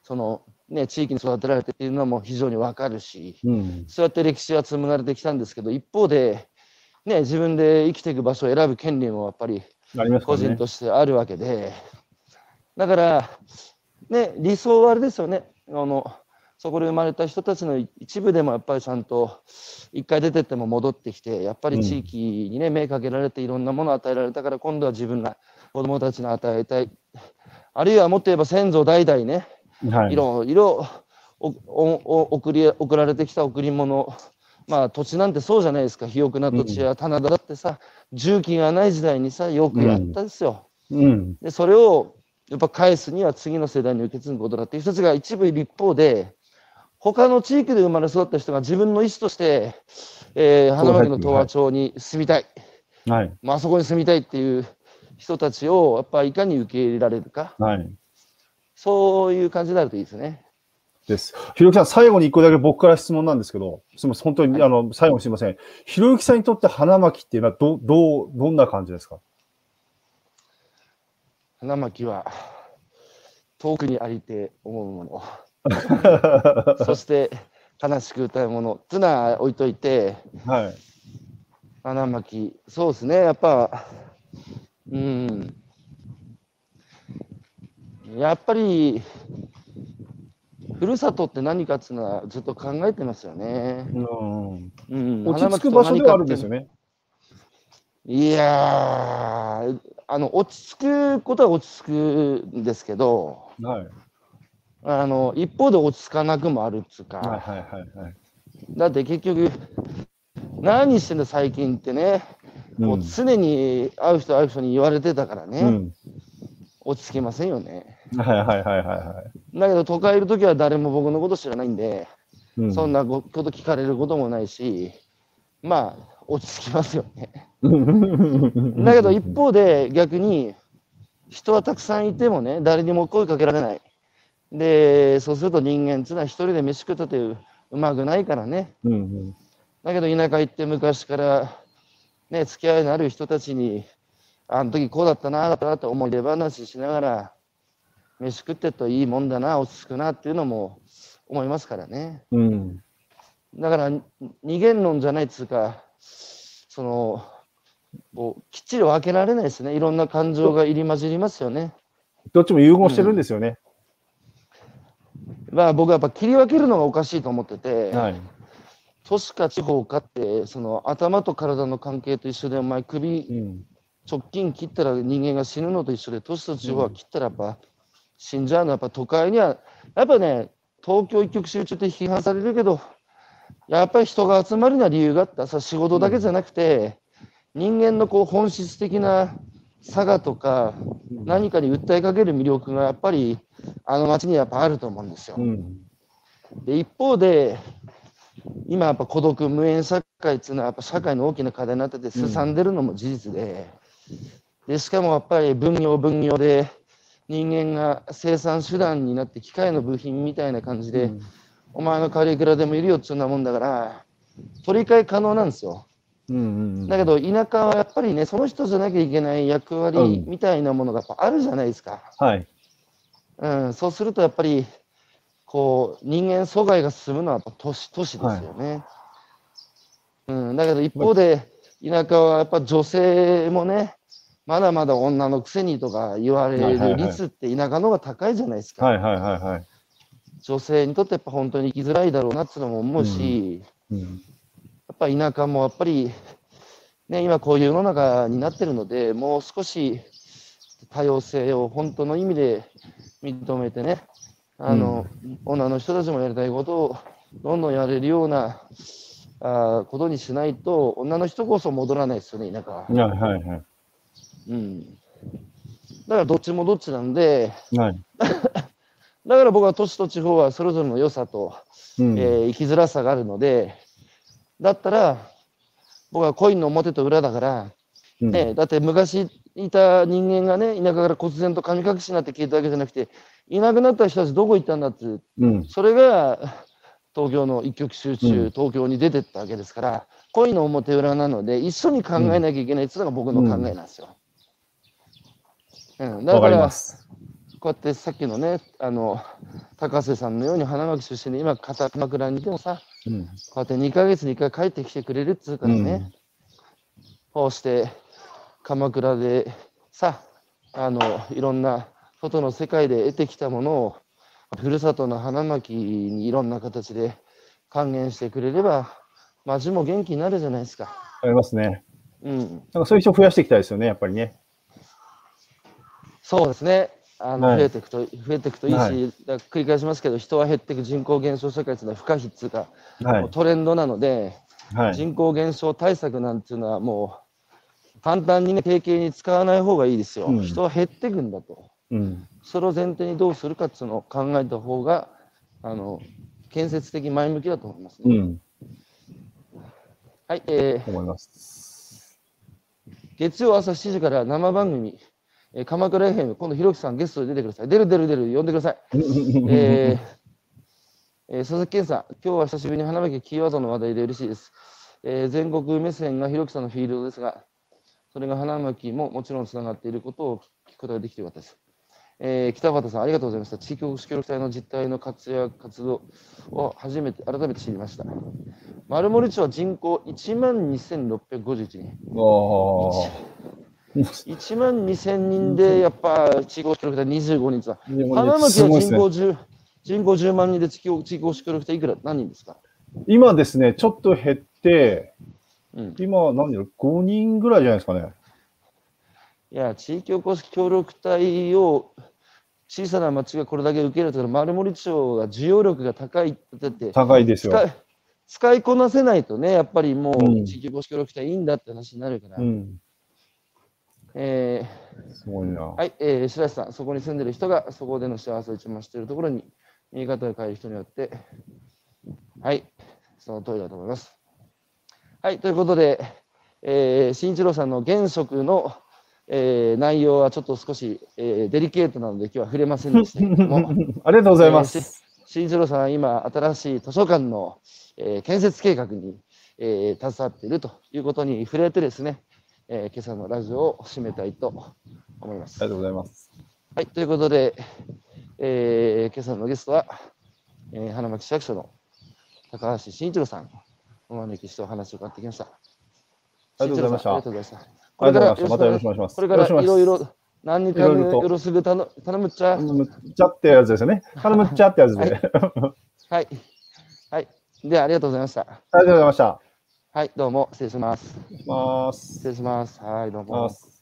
その、ね、地域に育てられてっていうのも非常にわかるし、 うん。 そうやって歴史は紡がれてきたんですけど、一方で、ね、自分で生きていく場所を選ぶ権利もやっぱりありますからね。 個人としてあるわけで、だから、ね、理想はあれですよね。あのそこで生まれた人たちの一部でもやっぱりちゃんと一回出てっても戻ってきて、やっぱり地域にね、目かけられていろんなものを与えられたから、今度は自分が子供たちに与えたい、あるいはもっと言えば先祖代々ね、 はいいろいろおお送り送られてきた贈り物、まあ土地なんてそうじゃないですか。肥沃な土地や棚田だってさ、重機がない時代にさ、よくやったですよ。 うん。 でそれをやっぱ返すには次の世代に受け継ぐことだっていう人たちが一部いる一方で、他の地域で生まれ育った人が自分の意思として、えー、花巻の東和町に住みたい、 はい。 まあそこに住みたいっていう人たちをやっぱいかに受け入れられるか、 はい。 そういう感じになるといいですね。 です。ひろゆきさん、最後に一個だけ僕から質問なんですけど、すみません、本当に、 はい、 あの、最後にすみません。ひろゆきさんにとって花巻っていうのはど、どう、どんな感じですか？ 花巻は遠くにありて思うものそして悲しく歌うものっていうのは置いといて、 はい。 花巻、そうですね、やっぱ、うん、やっぱり、ふるさとって何かっていうのはずっと考えてますよね。 うん。 うん、 落ち着く場所ではあるんですよね。 いやー、あの落ち着くことは落ち着くんですけど、 はい。 あの一方で落ち着かなくもあるっつうか、 はいはいはいはい。 だって結局、何してんだ最近ってね、こう常に会う人会う人に言われてたからね、うん、落ち着きませんよね。 はいはいはいはいはい。 だけど都会いるときは誰も僕のこと知らないんで、うん、そんなこと聞かれることもないし、まあ落ち着きますよね。だけど一方で逆に人はたくさんいてもね、誰にも声かけられない。で、そうすると人間っていうのは一人で飯食ったってうまくないからね。うんうん、だけど田舎行って昔からね、付き合いのある人たちに、あの時こうだったな、ああだったなと思い出話しながら、飯食ってるといいもんだな、落ち着くなっていうのも思いますからね。うん、だから二元論じゃないっつうか、その、こうきっちり分けられないですね。いろんな感情が入り混じりますよね。 どっちも融合してるんですよね。 うん、まあ僕はやっぱ切り分けるのがおかしいと思ってて、はい、都市か地方かって、その頭と体の関係と一緒で、お前首、うん、直近切ったら人間が死ぬのと一緒で、都市と地方は切ったらやっぱ死んじゃうのは、やっぱ都会には、やっぱね、東京一極集中って批判されるけど、やっぱり人が集まるのは理由があった。さ、仕事だけじゃなくて、うん、人間のこう本質的な差がとか、うん、何かに訴えかける魅力がやっぱりあの街にはやっぱあると思うんですよ。うん、で一方で、今やっぱ孤独無縁社会っていうのはやっぱ社会の大きな課題になってて、すさんでるのも事実で、うん、でしかもやっぱり分業分業で人間が生産手段になって機械の部品みたいな感じで、うん、お前の代わりいくらでもいるよっていうようなもんだから取り替え可能なんですよ。うんうんうん、だけど田舎はやっぱりね、その人じゃなきゃいけない役割みたいなものがやっぱあるじゃないですか。はい、うん、そうするとやっぱりこう人間疎外が進むのはやっぱ都市都市ですよね。はい、うん、だけど一方で田舎はやっぱ女性もね、まだまだ女のくせにとか言われる率って田舎の方が高いじゃないですか。はいはいはいはい、女性にとってやっぱ本当に生きづらいだろうなっていうのも思うし、うんうん、やっぱ田舎もやっぱりね、今こういう世の中になってるので、もう少し多様性を本当の意味で認めてね、あの、うん、女の人たちもやりたいことをどんどんやれるようなあことにしないと、女の人こそ戻らないですよね、田舎は。はいはいはい、うん。だからどっちもどっちなんで、はい、だから僕は都市と地方はそれぞれの良さと、うん、えー、生きづらさがあるので、だったら僕はコインの表と裏だから、うん、ね、だって昔いた人間がね、田舎から忽然と神隠しになって消えたわけじゃなくて、いなくなった人たちどこ行ったんだって、うん、それが東京の一極集中、うん、東京に出てったわけですから、コインの表裏なので一緒に考えなきゃいけないっていうのが僕の考えなんですよ。うん、だからこうやってさっきのね、あの高瀬さんのように花巻出身で今、鎌倉にいてもさ、うん、こうやってにかげつにいっかい帰ってきてくれるっつうからね、うん、こうして鎌倉でさ、あのいろんな外の世界で得てきたものを、ふるさとの花巻にいろんな形で還元してくれれば、町も元気になるじゃないですか。 ありますね。 うん。 なんかそういう人増やしていきたいですよね、やっぱりね。 そうですね。あの、はい、増えていくと、増えていくといいし、はい、繰り返しますけど、人は減っていく人口減少社会というのは不可避っていうか、はい、トレンドなので、はい、人口減少対策なんていうのはもう、簡単にね、定型に使わない方がいいですよ。うん、人は減っていくんだと。うん、それを前提にどうするかっていうのを考えた方が、あの、建設的前向きだと思いますね。うん、はい、えー、 思います。 月曜朝しちじから生番組、えー、鎌倉 エフエム、今度、ひろきさんゲストで出てください。出る出る出る、呼んでください。えーえー、佐々木健さん、今日は久しぶりに花巻キーワードの話題で嬉しいです。えー、全国目線がひろきさんのフィールドですが、それが花巻ももちろんつながっていることを聞くことができてよかったです。えー、北畑さん、ありがとうございました。地域おこし協力隊の実態の活躍、活動を初めて、改めて知りました。丸森町は人口いちまんにせんろっぴゃくごじゅういちにん。いちまんにせんにんで、やっぱ地域おこし協力隊にじゅうごにんです。花巻は人口10、人口じゅうまん人で地域おこし協力隊いくら、何人ですか？ 今ですね、ちょっと減って、うん、今、何だろう、ごにんぐらいじゃないですかね。 いや、地域おこし協力隊を小さな町がこれだけ受けると、丸森町は需要力が高いだって高いですよ。 使い、使いこなせないとね、やっぱりもう地域おこし協力隊いいんだって話になるから。うん、えー、 すごいな。 はい、えー、白石さん、そこに住んでる人がそこでの幸せを一番知っているところに見え方を変える人によって、はい、その通りだと思います。はい、ということで、えー、新一郎さんの現職のえー、内容はちょっと少し、えー、デリケートなので今日は触れませんでしたけどもありがとうございます。 えー、新一郎さんは今新しい図書館の、えー、建設計画に、えー、携わっているということに触れてですね、えー、今朝のラジオを締めたいと思います。 ありがとうございます。 はい、ということで、えー、今朝のゲストは、えー、花巻市役所の高橋新一郎さんをお招きしてお話を伺ってきました。 ありがとうございました。 ありがとうございました。これからまたよろしくお願いします。 これからいろいろ何に頼むよろすぐ頼むっちゃ。 頼むっちゃってやつですよね。頼むっちゃってやつで。 はい。はい。ではありがとうございました。ありがとうございました。 はい、どうも失礼します。 失礼します。 失礼します。はい、どうも。